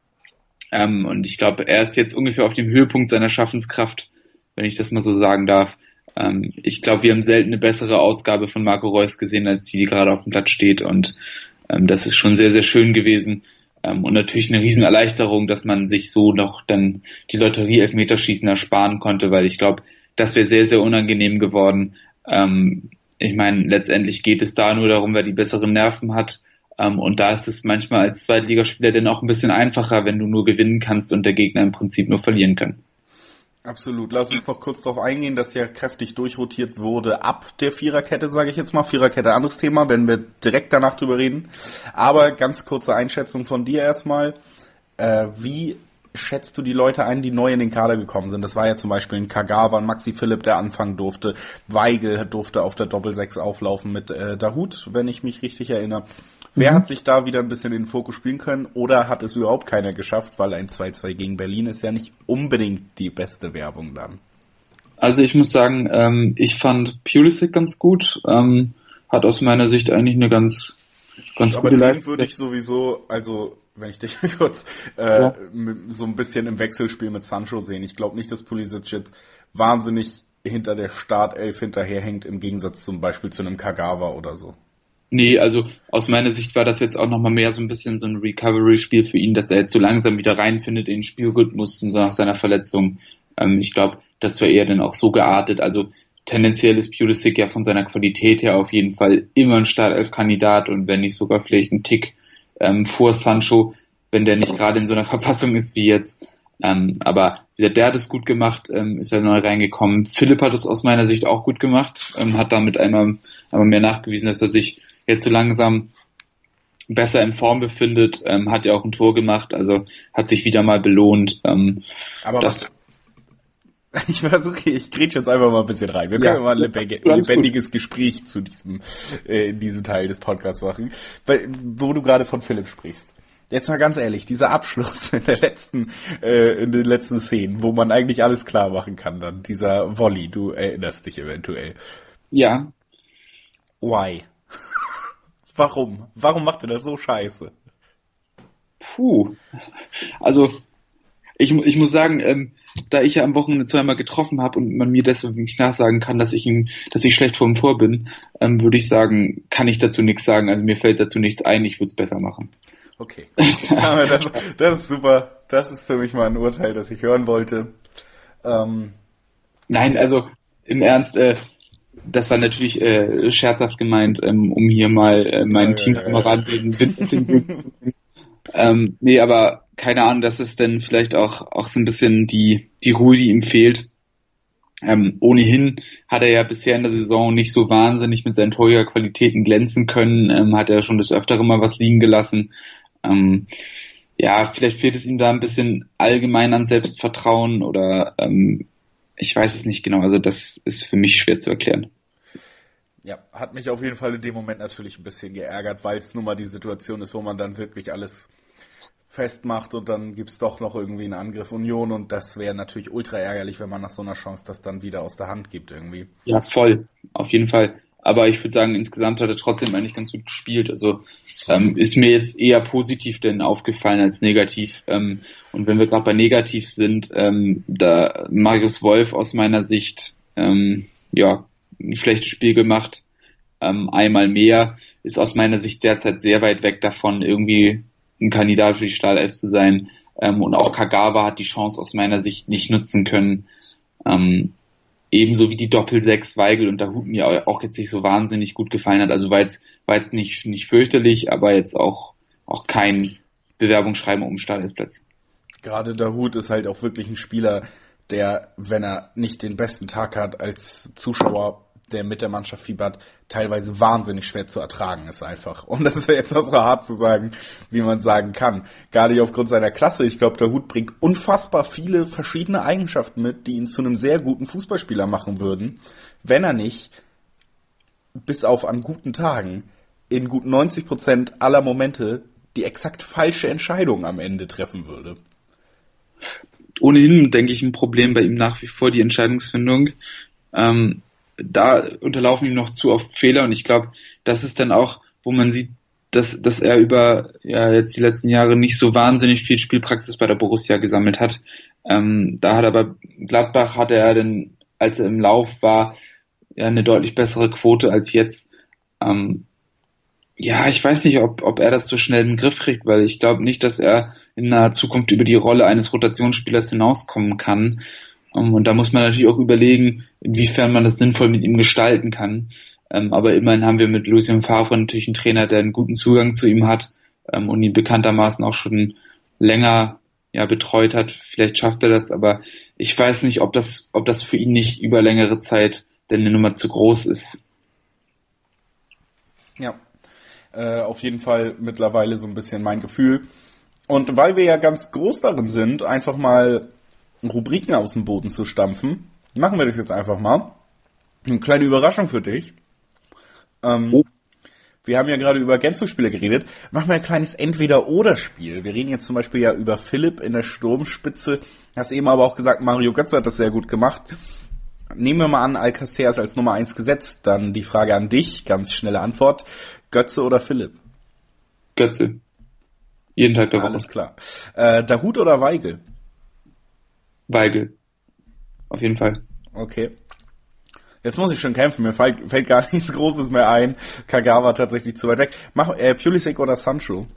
Speaker 3: Ähm, und ich glaube, er ist jetzt ungefähr auf dem Höhepunkt seiner Schaffenskraft, wenn ich das mal so sagen darf. Ähm, ich glaube, wir haben selten eine bessere Ausgabe von Marco Reus gesehen, als die, die gerade auf dem Platz steht und ähm, das ist schon sehr, sehr schön gewesen. Ähm, und natürlich eine Riesenerleichterung, dass man sich so noch dann die Lotterie-Elfmeterschießen ersparen konnte, weil ich glaube, das wäre sehr, sehr unangenehm geworden. Ähm, Ich meine, letztendlich geht es da nur darum, wer die besseren Nerven hat. Ähm, und da ist es manchmal als Zweitligaspieler dann auch ein bisschen einfacher, wenn du nur gewinnen kannst und der Gegner im Prinzip nur verlieren kann.
Speaker 2: Absolut. Lass uns noch kurz darauf eingehen, dass ja kräftig durchrotiert wurde ab der Viererkette, sage ich jetzt mal. Viererkette, anderes Thema, werden wir direkt danach drüber reden. Aber ganz kurze Einschätzung von dir erstmal. Äh, wie schätzt du die Leute ein, die neu in den Kader gekommen sind? Das war ja zum Beispiel ein Kagawa, ein Maxi Philipp, der anfangen durfte. Weigel durfte auf der Doppelsechs auflaufen mit äh, Dahoud, wenn ich mich richtig erinnere. Mhm. Wer hat sich da wieder ein bisschen in den Fokus spielen können oder hat es überhaupt keiner geschafft, weil ein zwei zwei gegen Berlin ist ja nicht unbedingt die beste Werbung dann.
Speaker 3: Also ich muss sagen, ähm, ich fand Pulisic ganz gut, ähm, hat aus meiner Sicht eigentlich eine ganz, ganz
Speaker 2: Aber
Speaker 3: gute
Speaker 2: den
Speaker 3: Leistung.
Speaker 2: würde ich sowieso, also wenn ich dich kurz äh, ja. so ein bisschen im Wechselspiel mit Sancho sehen. Ich glaube nicht, dass Pulisic jetzt wahnsinnig hinter der Startelf hinterherhängt, im Gegensatz zum Beispiel zu einem Kagawa oder so.
Speaker 3: Nee, also aus meiner Sicht war das jetzt auch nochmal mehr so ein bisschen so ein Recovery-Spiel für ihn, dass er jetzt so langsam wieder reinfindet in den Spielrhythmus nach seiner Verletzung. Ähm, ich glaube, das war eher dann auch so geartet. Also tendenziell ist Pulisic ja von seiner Qualität her auf jeden Fall immer ein Startelf-Kandidat und wenn nicht sogar vielleicht ein Tick ähm, vor Sancho, wenn der nicht gerade in so einer Verfassung ist wie jetzt. Ähm, aber wie gesagt, der hat es gut gemacht, ähm, ist ja neu reingekommen. Philipp hat es aus meiner Sicht auch gut gemacht, ähm, hat damit einmal, einmal mehr nachgewiesen, dass er sich jetzt so langsam besser in Form befindet, ähm, hat ja auch ein Tor gemacht, also hat sich wieder mal belohnt. Ähm,
Speaker 2: aber
Speaker 3: das,
Speaker 2: was, ich versuche, ich grätsch jetzt einfach mal ein bisschen rein. Wir können ja mal ein lebendig, lebendiges Gespräch zu diesem, äh, in diesem Teil des Podcasts machen, weil, wo du gerade von Philipp sprichst. Jetzt mal ganz ehrlich, dieser Abschluss in der letzten, äh, in den letzten Szenen, wo man eigentlich alles klar machen kann dann, dieser Volley, du erinnerst dich eventuell.
Speaker 3: Ja.
Speaker 2: Why? Warum? Warum macht er das so scheiße?
Speaker 3: Puh. Also, ich, ich muss sagen, ähm, da ich ja am Wochenende zweimal getroffen habe und man mir deswegen nicht nachsagen kann, dass ich ihm, dass ich schlecht vor dem Tor bin, ähm, würde ich sagen, kann ich dazu nichts sagen. Also mir fällt dazu nichts ein, ich würde es besser machen.
Speaker 2: Okay. Aber das, das ist super. Das ist für mich mal ein Urteil, das ich hören wollte. Ähm,
Speaker 3: Nein, also im Ernst, äh, das war natürlich äh, scherzhaft gemeint, ähm, um hier mal äh, meinen ja, Teamkameraden ja, ja. den Wind zu geben. ähm, nee, aber keine Ahnung, das ist dann vielleicht auch auch so ein bisschen die die Ruhe, die ihm fehlt. Ähm, ohnehin hat er ja bisher in der Saison nicht so wahnsinnig mit seinen Torjägerqualitäten glänzen können, ähm, hat er schon des Öfteren mal was liegen gelassen. Ähm, ja, vielleicht fehlt es ihm da ein bisschen allgemein an Selbstvertrauen oder ähm, ich weiß es nicht genau, also das ist für mich schwer zu erklären.
Speaker 2: Ja, hat mich auf jeden Fall in dem Moment natürlich ein bisschen geärgert, weil es nun mal die Situation ist, wo man dann wirklich alles festmacht und dann gibt's doch noch irgendwie einen Angriff Union und das wäre natürlich ultra ärgerlich, wenn man nach so einer Chance das dann wieder aus der Hand gibt irgendwie.
Speaker 3: Ja, voll, auf jeden Fall. Aber ich würde sagen, insgesamt hat er trotzdem eigentlich ganz gut gespielt. Also ähm, ist mir jetzt eher positiv denn aufgefallen als negativ. Ähm, und wenn wir gerade bei negativ sind, ähm, da Marius Wolf aus meiner Sicht ähm, ja ein schlechtes Spiel gemacht. Ähm, einmal mehr, ist aus meiner Sicht derzeit sehr weit weg davon, irgendwie ein Kandidat für die Startelf zu sein. Ähm, und auch Kagawa hat die Chance aus meiner Sicht nicht nutzen können. Ähm, ebenso wie die Doppel-Sechs Weigl und Dahoud mir auch jetzt nicht so wahnsinnig gut gefallen hat. Also war jetzt, war jetzt nicht, nicht fürchterlich, aber jetzt auch, auch kein Bewerbungsschreiben um Startelfplatz.
Speaker 2: Gerade Dahoud ist halt auch wirklich ein Spieler, der, wenn er nicht den besten Tag hat als Zuschauer, der mit der Mannschaft fiebert, teilweise wahnsinnig schwer zu ertragen ist einfach. Und das ist ja jetzt auch so hart zu sagen, wie man sagen kann. Gar nicht aufgrund seiner Klasse. Ich glaube, Dahoud bringt unfassbar viele verschiedene Eigenschaften mit, die ihn zu einem sehr guten Fußballspieler machen würden, wenn er nicht, bis auf an guten Tagen, in gut neunzig Prozent aller Momente die exakt falsche Entscheidung am Ende treffen würde.
Speaker 3: Ohnehin, denke ich, ein Problem bei ihm nach wie vor die Entscheidungsfindung. Ähm, da unterlaufen ihm noch zu oft Fehler und ich glaube, das ist dann auch, wo man sieht, dass, dass er über ja jetzt die letzten Jahre nicht so wahnsinnig viel Spielpraxis bei der Borussia gesammelt hat. Ähm, da hat er bei Gladbach hatte er dann, als er im Lauf war, ja eine deutlich bessere Quote als jetzt. Ähm, ja, ich weiß nicht, ob, ob er das so schnell in den Griff kriegt, weil ich glaube nicht, dass er in naher Zukunft über die Rolle eines Rotationsspielers hinauskommen kann. Und da muss man natürlich auch überlegen, inwiefern man das sinnvoll mit ihm gestalten kann. Ähm, aber immerhin haben wir mit Lucien Favre natürlich einen Trainer, der einen guten Zugang zu ihm hat ähm, und ihn bekanntermaßen auch schon länger ja betreut hat. Vielleicht schafft er das, aber ich weiß nicht, ob das, ob das für ihn nicht über längere Zeit denn eine Nummer zu groß ist.
Speaker 2: Ja, äh, auf jeden Fall mittlerweile so ein bisschen mein Gefühl. Und weil wir ja ganz groß darin sind, einfach mal Rubriken aus dem Boden zu stampfen, machen wir das jetzt einfach mal. Eine kleine Überraschung für dich. Ähm, oh. Wir haben ja gerade über Ergänzungsspiele geredet. Machen wir ein kleines Entweder-Oder-Spiel. Wir reden jetzt zum Beispiel ja über Philipp in der Sturmspitze. Hast eben aber auch gesagt, Mario Götze hat das sehr gut gemacht. Nehmen wir mal an, Alcacer ist als Nummer eins gesetzt. Dann die Frage an dich, ganz schnelle Antwort. Götze oder Philipp?
Speaker 3: Götze. Jeden Tag der Woche.
Speaker 2: Alles klar. Äh, Dahoud oder Weigl?
Speaker 3: Weigl. Auf jeden Fall.
Speaker 2: Okay. Jetzt muss ich schon kämpfen, mir fällt, fällt gar nichts Großes mehr ein. Kagawa tatsächlich zu weit weg. Mach äh, Pulisic oder Sancho?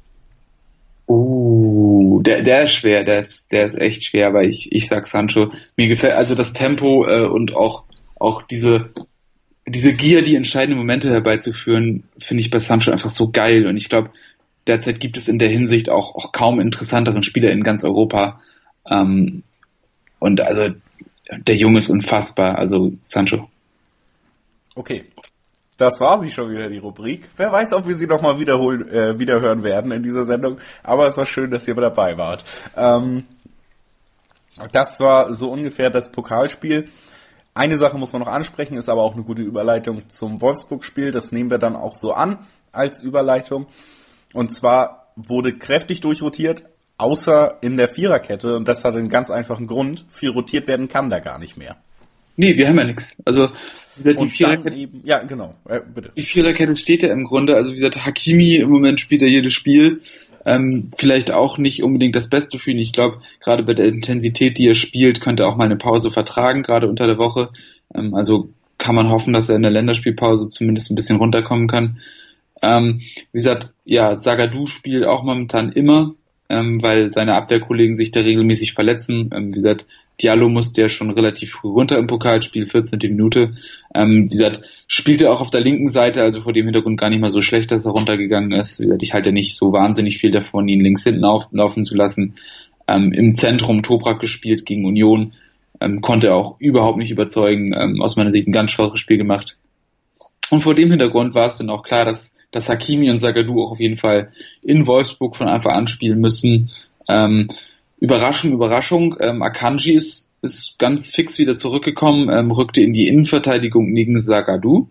Speaker 3: Uh, der, der ist schwer, der ist, der ist echt schwer, aber ich, ich sag Sancho. Mir gefällt also das Tempo äh, und auch, auch diese, diese Gier, die entscheidenden Momente herbeizuführen, finde ich bei Sancho einfach so geil. Und ich glaube, derzeit gibt es in der Hinsicht auch, auch kaum interessanteren Spieler in ganz Europa. Ähm, und also der Junge ist unfassbar, also Sancho.
Speaker 2: Okay, das war sie schon wieder, die Rubrik. Wer weiß, ob wir sie nochmal wiederholen, äh, wiederhören werden in dieser Sendung, aber es war schön, dass ihr dabei wart. Ähm, das war so ungefähr das Pokalspiel. Eine Sache muss man noch ansprechen, ist aber auch eine gute Überleitung zum Wolfsburg-Spiel. Das nehmen wir dann auch so an als Überleitung. Und zwar wurde kräftig durchrotiert, außer in der Viererkette. Und das hat einen ganz einfachen Grund. Viel rotiert werden kann da gar nicht mehr.
Speaker 3: Nee, wir haben ja nichts. Also wie gesagt, die Viererkette,
Speaker 2: eben, ja, genau, äh, bitte.
Speaker 3: Die Viererkette steht ja im Grunde. Also wie gesagt, Hakimi im Moment spielt er jedes Spiel. Ähm, vielleicht auch nicht unbedingt das Beste für ihn. Ich glaube, gerade bei der Intensität, die er spielt, könnte er auch mal eine Pause vertragen, gerade unter der Woche. Ähm, also kann man hoffen, dass er in der Länderspielpause zumindest ein bisschen runterkommen kann. Ähm, wie gesagt, ja, Zagadou spielt auch momentan immer, ähm, weil seine Abwehrkollegen sich da regelmäßig verletzen. Ähm, wie gesagt, Diallo musste ja schon relativ früh runter im Pokalspiel, vierzehnte Minute. Ähm, wie gesagt, spielte auch auf der linken Seite, also vor dem Hintergrund gar nicht mal so schlecht, dass er runtergegangen ist. Wie gesagt, ich halte nicht so wahnsinnig viel davon, ihn links hinten auflaufen zu lassen. Ähm, im Zentrum Toprak gespielt gegen Union, ähm, konnte er auch überhaupt nicht überzeugen. Ähm, aus meiner Sicht ein ganz schwaches Spiel gemacht. Und vor dem Hintergrund war es dann auch klar, dass dass Hakimi und Zagadou auch auf jeden Fall in Wolfsburg von Anfang an spielen müssen. Ähm, Überraschung, Überraschung, ähm, Akanji ist, ist ganz fix wieder zurückgekommen, ähm, rückte in die Innenverteidigung neben Zagadou.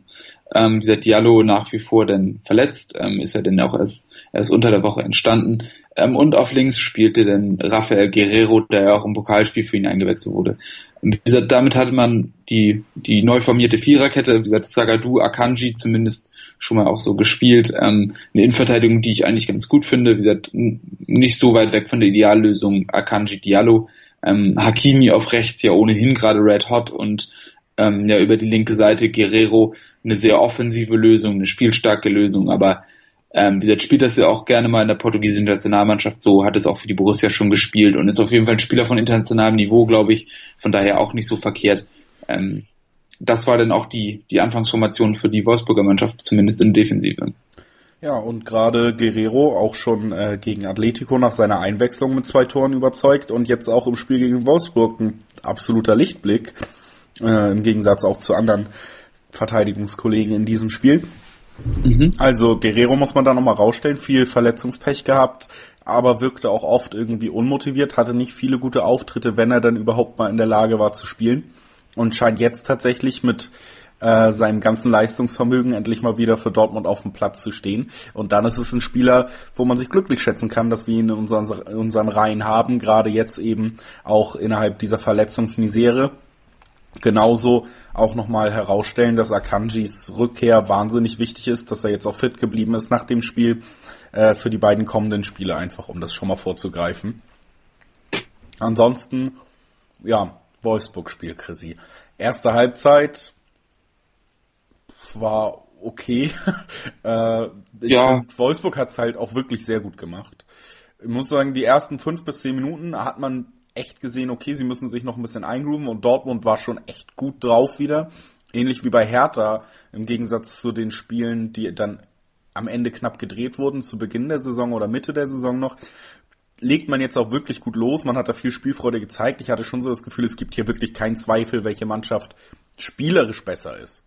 Speaker 3: Ähm, wie gesagt, Diallo nach wie vor dann verletzt, ähm, ist ja dann auch erst, erst unter der Woche entstanden. Ähm, und auf links spielte dann Rafael Guerreiro, der ja auch im Pokalspiel für ihn eingewechselt wurde. Wie gesagt, damit hatte man die, die neu formierte Viererkette, wie gesagt, Zagadou, Akanji zumindest schon mal auch so gespielt. Ähm, eine Innenverteidigung, die ich eigentlich ganz gut finde, wie gesagt, n- nicht so weit weg von der Ideallösung Akanji Diallo. Ähm, Hakimi auf rechts ja ohnehin gerade red hot und ähm, ja über die linke Seite Guerreiro eine sehr offensive Lösung, eine spielstarke Lösung, aber ähm, wie gesagt, spielt das ja auch gerne mal in der portugiesischen Nationalmannschaft so, hat es auch für die Borussia schon gespielt und ist auf jeden Fall ein Spieler von internationalem Niveau, glaube ich, von daher auch nicht so verkehrt. Ähm, das war dann auch die, die Anfangsformation für die Wolfsburger Mannschaft, zumindest in Defensive.
Speaker 2: Ja, und gerade Guerreiro auch schon äh, gegen Atletico nach seiner Einwechslung mit zwei Toren überzeugt und jetzt auch im Spiel gegen Wolfsburg ein absoluter Lichtblick, äh, im Gegensatz auch zu anderen Verteidigungskollegen in diesem Spiel. Mhm. Also Guerreiro muss man da nochmal rausstellen, viel Verletzungspech gehabt, aber wirkte auch oft irgendwie unmotiviert, hatte nicht viele gute Auftritte, wenn er dann überhaupt mal in der Lage war zu spielen und scheint jetzt tatsächlich mit äh, seinem ganzen Leistungsvermögen endlich mal wieder für Dortmund auf dem Platz zu stehen. Und dann ist es ein Spieler, wo man sich glücklich schätzen kann, dass wir ihn in unseren, in unseren Reihen haben, gerade jetzt eben auch innerhalb dieser Verletzungsmisere. Genauso auch nochmal herausstellen, dass Akanjis Rückkehr wahnsinnig wichtig ist, dass er jetzt auch fit geblieben ist nach dem Spiel äh, für die beiden kommenden Spiele, einfach um das schon mal vorzugreifen. Ansonsten, ja, Wolfsburg-Spiel, Chrissy. Erste Halbzeit war okay. äh, ich
Speaker 3: ja.
Speaker 2: finde, Wolfsburg hat es halt auch wirklich sehr gut gemacht. Ich muss sagen, die ersten fünf bis zehn Minuten hat man echt gesehen, okay, sie müssen sich noch ein bisschen eingrooven und Dortmund war schon echt gut drauf wieder. Ähnlich wie bei Hertha, im Gegensatz zu den Spielen, die dann am Ende knapp gedreht wurden, zu Beginn der Saison oder Mitte der Saison noch, legt man jetzt auch wirklich gut los. Man hat da viel Spielfreude gezeigt. Ich hatte schon so das Gefühl, es gibt hier wirklich keinen Zweifel, welche Mannschaft spielerisch besser ist.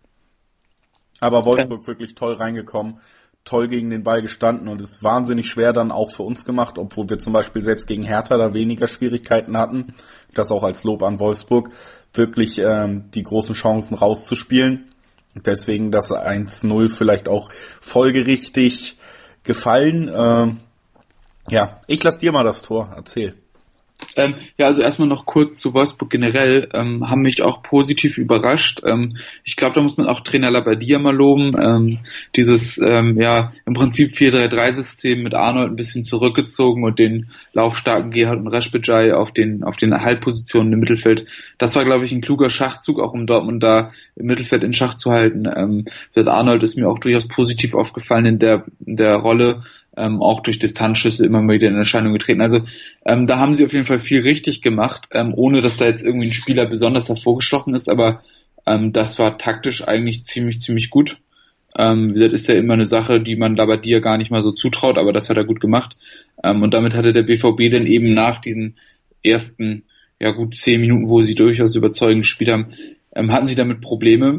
Speaker 2: Aber Wolfsburg okay. wirklich toll reingekommen, toll gegen den Ball gestanden und ist wahnsinnig schwer dann auch für uns gemacht, obwohl wir zum Beispiel selbst gegen Hertha da weniger Schwierigkeiten hatten. Das auch als Lob an Wolfsburg, wirklich ähm, die großen Chancen rauszuspielen. Deswegen das eins null vielleicht auch folgerichtig gefallen. Ähm, ja, ich lass dir mal das Tor, erzähl.
Speaker 3: Ähm, ja, also erstmal noch kurz zu Wolfsburg generell, ähm, haben mich auch positiv überrascht. Ähm, ich glaube, da muss man auch Trainer Labbadia mal loben. Ähm, dieses, ähm, ja, im Prinzip vier drei drei System mit Arnold ein bisschen zurückgezogen und den laufstarken Gerhard und Rashica auf den, auf den Halbpositionen im Mittelfeld. Das war, glaube ich, ein kluger Schachzug, auch um Dortmund da im Mittelfeld in Schach zu halten. Ähm, Arnold ist mir auch durchaus positiv aufgefallen in der, in der Rolle. Ähm, auch durch Distanzschüsse immer wieder in Erscheinung getreten. Also ähm, da haben sie auf jeden Fall viel richtig gemacht, ähm, ohne dass da jetzt irgendwie ein Spieler besonders hervorgestochen ist, aber ähm, das war taktisch eigentlich ziemlich, ziemlich gut. Ähm, das ist ja immer eine Sache, die man Labbadia gar nicht mal so zutraut, aber das hat er gut gemacht. Ähm, und damit hatte der B V B dann eben nach diesen ersten, ja gut zehn Minuten, wo sie durchaus überzeugend gespielt haben, ähm, hatten sie damit Probleme.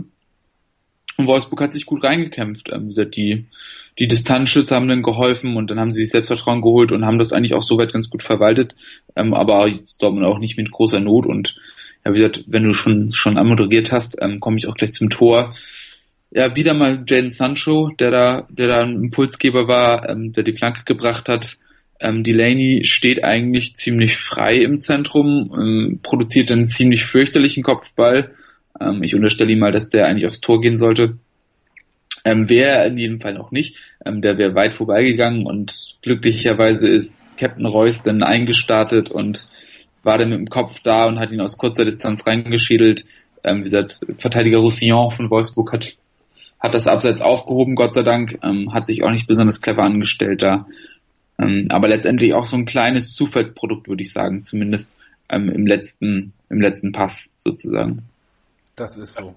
Speaker 3: Und Wolfsburg hat sich gut reingekämpft. Ähm, die Die Distanzschüsse haben dann geholfen und dann haben sie sich Selbstvertrauen geholt und haben das eigentlich auch soweit ganz gut verwaltet, ähm, aber jetzt Dortmund auch nicht mit großer Not und ja, wie gesagt, wenn du schon schon anmoderiert hast, ähm, komme ich auch gleich zum Tor. Ja, wieder mal Jadon Sancho, der da der da ein Impulsgeber war, ähm, der die Flanke gebracht hat. Ähm, Delaney steht eigentlich ziemlich frei im Zentrum, ähm, produziert einen ziemlich fürchterlichen Kopfball. Ähm, ich unterstelle ihm mal, dass der eigentlich aufs Tor gehen sollte. Ähm, wäre er in jedem Fall noch nicht. Ähm, der wäre weit vorbeigegangen und glücklicherweise ist Captain Reus dann eingestartet und war dann mit dem Kopf da und hat ihn aus kurzer Distanz reingeschädelt. Ähm, wie gesagt, Verteidiger Roussillon von Wolfsburg hat, hat das Abseits aufgehoben, Gott sei Dank, ähm, hat sich auch nicht besonders clever angestellt da. Ähm, aber letztendlich auch so ein kleines Zufallsprodukt, würde ich sagen, zumindest ähm, im letzten, im letzten Pass sozusagen.
Speaker 2: Das ist so.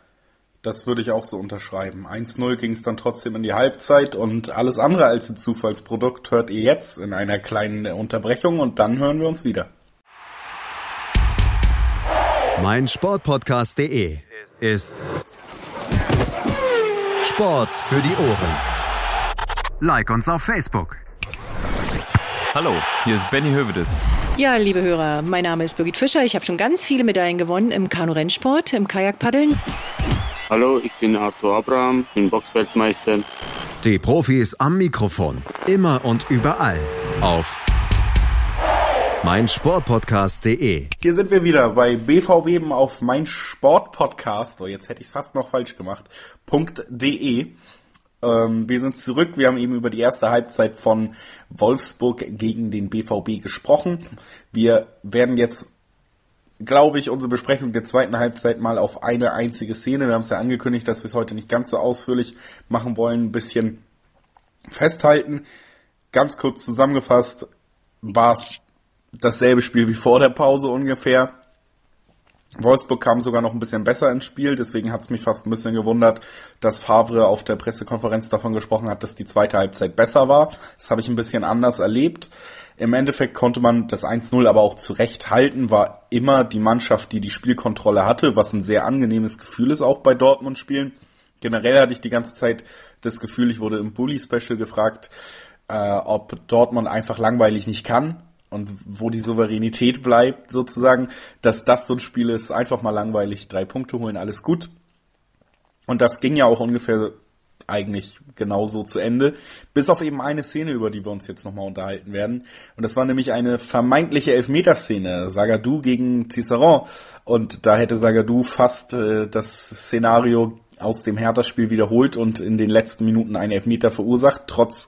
Speaker 2: Das würde ich auch so unterschreiben. eins null ging es dann trotzdem in die Halbzeit und alles andere als ein Zufallsprodukt hört ihr jetzt in einer kleinen Unterbrechung und dann hören wir uns wieder.
Speaker 1: mein Sportpodcast punkt de ist Sport für die Ohren. Like uns auf Facebook.
Speaker 4: Hallo, hier ist Benny Hövedes.
Speaker 5: Ja, liebe Hörer, mein Name ist Birgit Fischer. Ich habe schon ganz viele Medaillen gewonnen im Kanu-Rennsport, im Kajakpaddeln. Hallo, ich bin Arthur Abraham, bin Boxweltmeister.
Speaker 1: Die Profis am Mikrofon, immer und überall auf meinsportpodcast punkt de.
Speaker 2: Hier sind wir wieder bei B V B auf meinsportpodcast, oh, jetzt hätte ich es fast noch falsch gemacht, .de. Ähm, wir sind zurück, wir haben eben über die erste Halbzeit von Wolfsburg gegen den B V B gesprochen. Wir werden jetzt, glaube ich, unsere Besprechung der zweiten Halbzeit mal auf eine einzige Szene, wir haben es ja angekündigt, dass wir es heute nicht ganz so ausführlich machen wollen, ein bisschen festhalten. Ganz kurz zusammengefasst war es dasselbe Spiel wie vor der Pause ungefähr. Wolfsburg kam sogar noch ein bisschen besser ins Spiel, deswegen hat es mich fast ein bisschen gewundert, dass Favre auf der Pressekonferenz davon gesprochen hat, dass die zweite Halbzeit besser war. Das habe ich ein bisschen anders erlebt. Im Endeffekt konnte man das eins null aber auch zurecht halten, war immer die Mannschaft, die die Spielkontrolle hatte, was ein sehr angenehmes Gefühl ist, auch bei Dortmund-Spielen. Generell hatte ich die ganze Zeit das Gefühl, ich wurde im Bully-Special gefragt, äh, ob Dortmund einfach langweilig nicht kann. Und wo die Souveränität bleibt, sozusagen, dass das so ein Spiel ist, einfach mal langweilig, drei Punkte holen, alles gut. Und das ging ja auch ungefähr eigentlich genauso zu Ende, bis auf eben eine Szene, über die wir uns jetzt nochmal unterhalten werden. Und das war nämlich eine vermeintliche Elfmeterszene, Zagadou gegen Tisserand. Und da hätte Zagadou fast äh, das Szenario aus dem Hertha-Spiel wiederholt und in den letzten Minuten einen Elfmeter verursacht, trotz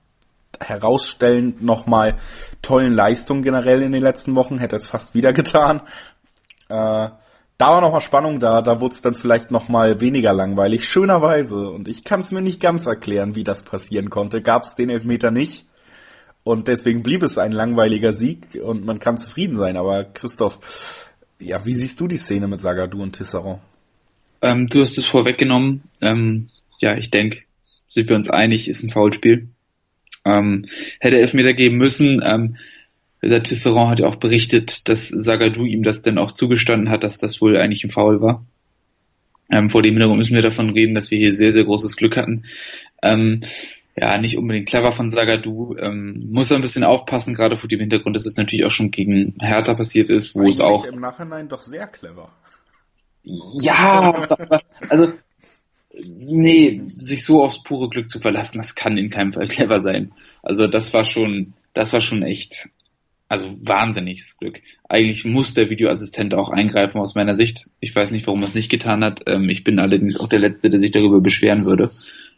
Speaker 2: herausstellend nochmal tollen Leistungen generell in den letzten Wochen, hätte es fast wieder getan. Äh, da war nochmal Spannung da, da wurde es dann vielleicht nochmal weniger langweilig, schönerweise. Und ich kann es mir nicht ganz erklären, wie das passieren konnte. Gab es den Elfmeter nicht. Und deswegen blieb es ein langweiliger Sieg und man kann zufrieden sein. Aber Christoph, ja, wie siehst du die Szene mit Zagadou und Tisserand?
Speaker 3: Ähm, du hast es vorweggenommen. Ähm, ja, ich denke, sind wir uns einig, ist ein Foulspiel. Ähm, hätte Elfmeter geben müssen. Ähm, der Tisserand hat ja auch berichtet, dass Zagadou ihm das dann auch zugestanden hat, dass das wohl eigentlich ein Foul war. Ähm, vor dem Hintergrund müssen wir davon reden, dass wir hier sehr, sehr großes Glück hatten. Ähm, ja, nicht unbedingt clever von Zagadou. Ähm, muss ein bisschen aufpassen, gerade vor dem Hintergrund, dass es natürlich auch schon gegen Hertha passiert ist, wo
Speaker 2: eigentlich
Speaker 3: es auch...
Speaker 2: im Nachhinein doch sehr clever.
Speaker 3: Ja, also... Nee, sich so aufs pure Glück zu verlassen, das kann in keinem Fall clever sein. Also das war schon, das war schon echt, also wahnsinniges Glück. Eigentlich muss der Videoassistent auch eingreifen aus meiner Sicht. Ich weiß nicht, warum er es nicht getan hat. Ich bin allerdings auch der Letzte, der sich darüber beschweren würde.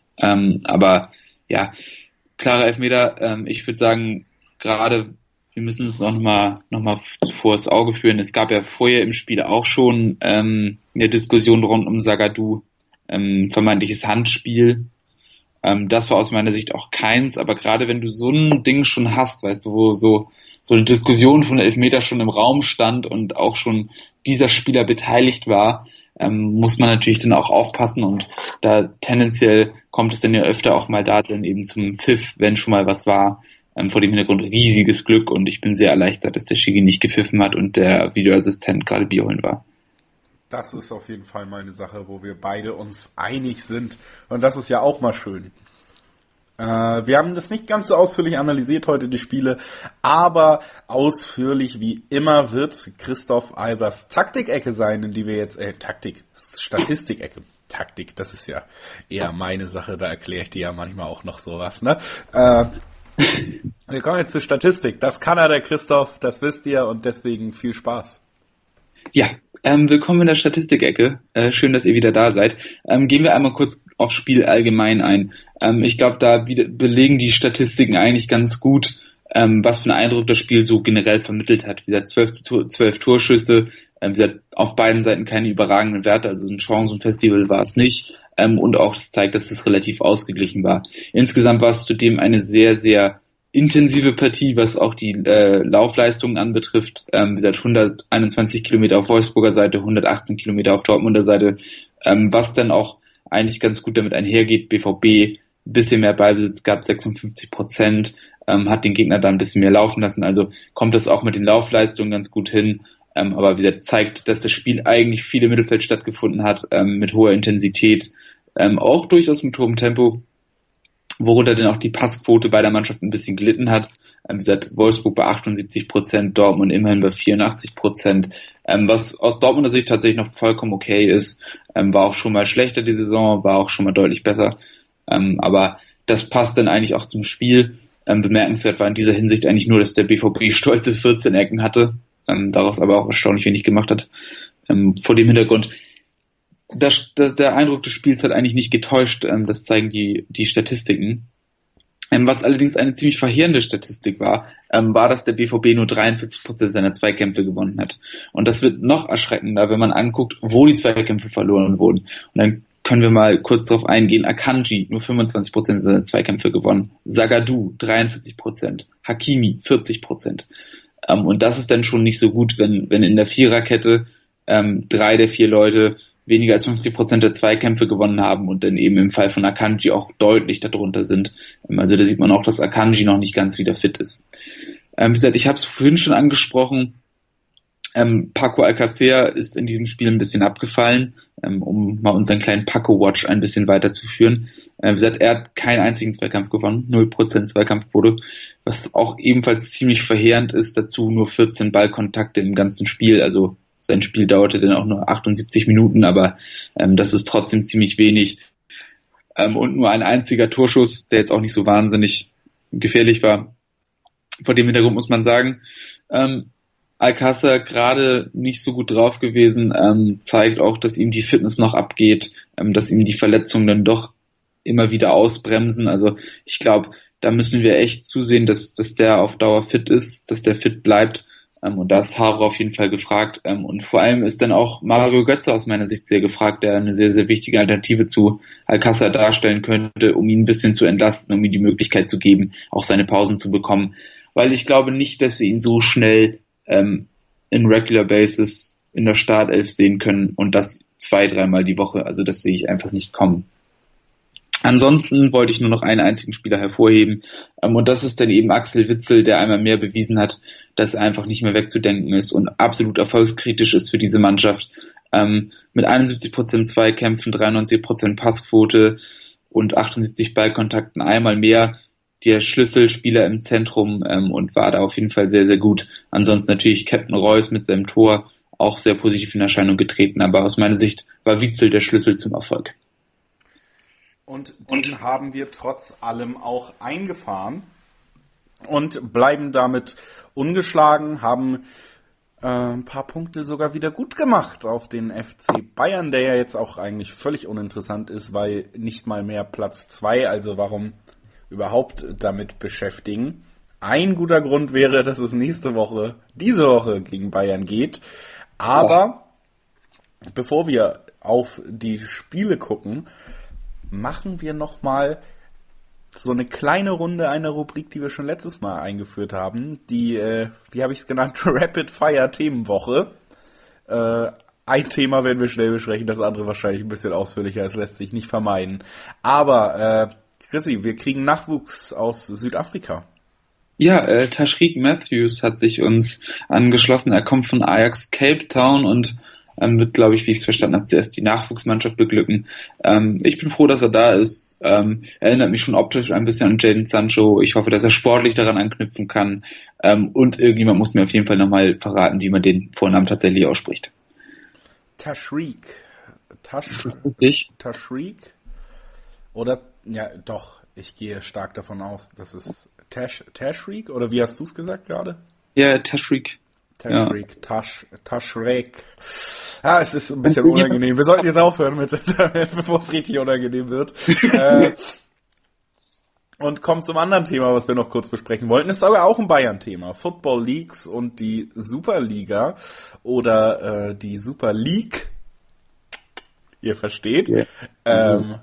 Speaker 3: Aber ja, klare Elfmeter. Ich würde sagen, gerade, wir müssen es auch nochmal noch mal vor das Auge führen. Es gab ja vorher im Spiel auch schon eine Diskussion rund um Zagadou. Ähm, vermeintliches Handspiel. Ähm, das war aus meiner Sicht auch keins, aber gerade wenn du so ein Ding schon hast, weißt du, wo so, so eine Diskussion von Elfmeter schon im Raum stand und auch schon dieser Spieler beteiligt war, ähm, muss man natürlich dann auch aufpassen und da tendenziell kommt es dann ja öfter auch mal da dann eben zum Pfiff, wenn schon mal was war. Ähm, vor dem Hintergrund riesiges Glück und ich bin sehr erleichtert, dass der Schiri nicht gepfiffen hat und der Videoassistent gerade Bier holen war.
Speaker 2: Das ist auf jeden Fall mal eine Sache, wo wir beide uns einig sind. Und das ist ja auch mal schön. Äh, wir haben das nicht ganz so ausführlich analysiert heute, die Spiele. Aber ausführlich wie immer wird Christoph Albers Taktikecke sein, in die wir jetzt... Äh, Taktik, Statistikecke. Taktik, das ist ja eher meine Sache. Da erkläre ich dir ja manchmal auch noch sowas, ne? Äh, wir kommen jetzt zur Statistik. Das kann er, der Christoph, das wisst ihr. Und deswegen viel Spaß.
Speaker 3: Ja, ähm, willkommen in der Statistikecke. Äh, schön, dass ihr wieder da seid. Ähm, gehen wir einmal kurz aufs Spiel allgemein ein. Ähm, ich glaube, da wieder belegen die Statistiken eigentlich ganz gut, ähm, was für einen Eindruck das Spiel so generell vermittelt hat. Wie gesagt, zwölf, zwölf Torschüsse, ähm, wie gesagt, auf beiden Seiten keine überragenden Werte, also ein Chancenfestival war es nicht. Ähm, und auch das zeigt, dass es relativ ausgeglichen war. Insgesamt war es zudem eine sehr, sehr intensive Partie, was auch die äh, Laufleistungen anbetrifft. Ähm, wie gesagt, hunderteinundzwanzig Kilometer auf Wolfsburger Seite, hundertachtzehn Kilometer auf Dortmunder Seite, ähm, was dann auch eigentlich ganz gut damit einhergeht. B V B ein bisschen mehr Ballbesitz gab, sechsundfünfzig Prozent, ähm, hat den Gegner da ein bisschen mehr laufen lassen. Also kommt das auch mit den Laufleistungen ganz gut hin. Ähm, aber wie gesagt, zeigt, dass das Spiel eigentlich viel im Mittelfeld stattgefunden hat, ähm, mit hoher Intensität, ähm, auch durchaus mit hohem Tempo. worunter denn auch die Passquote bei der Mannschaft ein bisschen gelitten hat. Ähm, wie gesagt, Wolfsburg bei achtundsiebzig Prozent, Dortmund immerhin bei vierundachtzig Prozent, ähm, was aus Dortmunder Sicht tatsächlich noch vollkommen okay ist. Ähm, war auch schon mal schlechter die Saison, war auch schon mal deutlich besser. Ähm, aber das passt dann eigentlich auch zum Spiel. Ähm, bemerkenswert war in dieser Hinsicht eigentlich nur, dass der B V B stolze vierzehn Ecken hatte, ähm, daraus aber auch erstaunlich wenig gemacht hat. Ähm, vor dem Hintergrund, das, das, der Eindruck des Spiels hat eigentlich nicht getäuscht, ähm, das zeigen die, die Statistiken. Ähm, was allerdings eine ziemlich verheerende Statistik war, ähm, war, dass der B V B nur dreiundvierzig Prozent seiner Zweikämpfe gewonnen hat. Und das wird noch erschreckender, wenn man anguckt, wo die Zweikämpfe verloren wurden. Und dann können wir mal kurz darauf eingehen. Akanji, nur fünfundzwanzig Prozent seiner Zweikämpfe gewonnen. Zagadou, dreiundvierzig Prozent. Hakimi, vierzig Prozent. Ähm, und das ist dann schon nicht so gut, wenn, wenn in der Viererkette ähm, drei der vier Leute weniger als fünfzig Prozent der Zweikämpfe gewonnen haben und dann eben im Fall von Akanji auch deutlich darunter sind. Ähm, also da sieht man auch, dass Akanji noch nicht ganz wieder fit ist. Ähm, wie gesagt, ich habe es vorhin schon angesprochen, ähm, Paco Alcacer ist in diesem Spiel ein bisschen abgefallen, ähm, um mal unseren kleinen Paco-Watch ein bisschen weiterzuführen. Ähm, wie gesagt, er hat keinen einzigen Zweikampf gewonnen, null Prozent Zweikampfquote, was auch ebenfalls ziemlich verheerend ist, dazu nur vierzehn Ballkontakte im ganzen Spiel, also sein Spiel dauerte dann auch nur achtundsiebzig Minuten, aber ähm, das ist trotzdem ziemlich wenig. Ähm, und nur ein einziger Torschuss, der jetzt auch nicht so wahnsinnig gefährlich war. Vor dem Hintergrund muss man sagen, ähm, Alcácer gerade nicht so gut drauf gewesen, ähm, zeigt auch, dass ihm die Fitness noch abgeht, ähm, dass ihm die Verletzungen dann doch immer wieder ausbremsen. Also ich glaube, da müssen wir echt zusehen, dass, dass der auf Dauer fit ist, dass der fit bleibt. Ähm, und da ist Favre auf jeden Fall gefragt. Ähm, und vor allem ist dann auch Mario Götze aus meiner Sicht sehr gefragt, der eine sehr, sehr wichtige Alternative zu Alcácer darstellen könnte, um ihn ein bisschen zu entlasten, um ihm die Möglichkeit zu geben, auch seine Pausen zu bekommen. Weil ich glaube nicht, dass wir ihn so schnell ähm, in Regular Basis in der Startelf sehen können und das zwei, dreimal die Woche. Also das sehe ich einfach nicht kommen. Ansonsten wollte ich nur noch einen einzigen Spieler hervorheben, ähm, und das ist dann eben Axel Witsel, der einmal mehr bewiesen hat, dass er einfach nicht mehr wegzudenken ist und absolut erfolgskritisch ist für diese Mannschaft. Ähm, mit einundsiebzig Prozent Zweikämpfen, dreiundneunzig Prozent Passquote und achtundsiebzig Ballkontakten einmal mehr der Schlüsselspieler im Zentrum, ähm, und war da auf jeden Fall sehr, sehr gut. Ansonsten natürlich Captain Reus mit seinem Tor auch sehr positiv in Erscheinung getreten, aber aus meiner Sicht war Witsel der Schlüssel zum Erfolg.
Speaker 2: Und den und haben wir trotz allem auch eingefahren und bleiben damit ungeschlagen, haben äh, ein paar Punkte sogar wieder gut gemacht auf den F C Bayern, der ja jetzt auch eigentlich völlig uninteressant ist, weil nicht mal mehr Platz zwei, also warum überhaupt damit beschäftigen. Ein guter Grund wäre, dass es nächste Woche, diese Woche gegen Bayern geht, aber oh. bevor wir auf die Spiele gucken, machen wir nochmal so eine kleine Runde, eine Rubrik, die wir schon letztes Mal eingeführt haben. Die, äh, wie habe ich es genannt, Rapid Fire Themenwoche. Äh, ein Thema werden wir schnell besprechen, das andere wahrscheinlich ein bisschen ausführlicher, es lässt sich nicht vermeiden. Aber, äh, Chrissy, wir kriegen Nachwuchs aus Südafrika.
Speaker 3: Ja, äh, Tashreeq Matthews hat sich uns angeschlossen. Er kommt von Ajax Cape Town und Ähm, wird, glaube ich, wie ich es verstanden habe, zuerst die Nachwuchsmannschaft beglücken. Ähm, ich bin froh, dass er da ist. Ähm, erinnert mich schon optisch ein bisschen an Jadon Sancho. Ich hoffe, dass er sportlich daran anknüpfen kann. Ähm, und irgendjemand muss mir auf jeden Fall nochmal verraten, wie man den Vornamen tatsächlich ausspricht.
Speaker 2: Tashreeq. Tash-
Speaker 3: ist das richtig?
Speaker 2: Tashreeq? Oder, ja, doch, ich gehe stark davon aus, dass es Tash- Tashreeq, oder wie hast du es gesagt gerade?
Speaker 3: Ja, Tashreeq.
Speaker 2: Tashreeq, ja. Tash, Tashreeq. Ah, es ist ein bisschen unangenehm. Wir sollten jetzt aufhören, mit, bevor es richtig unangenehm wird. äh, und kommen zum anderen Thema, was wir noch kurz besprechen wollten. Ist aber auch ein Bayern-Thema. Football Leagues und die Superliga oder äh, die Super League. Ihr versteht. Yeah. Ähm,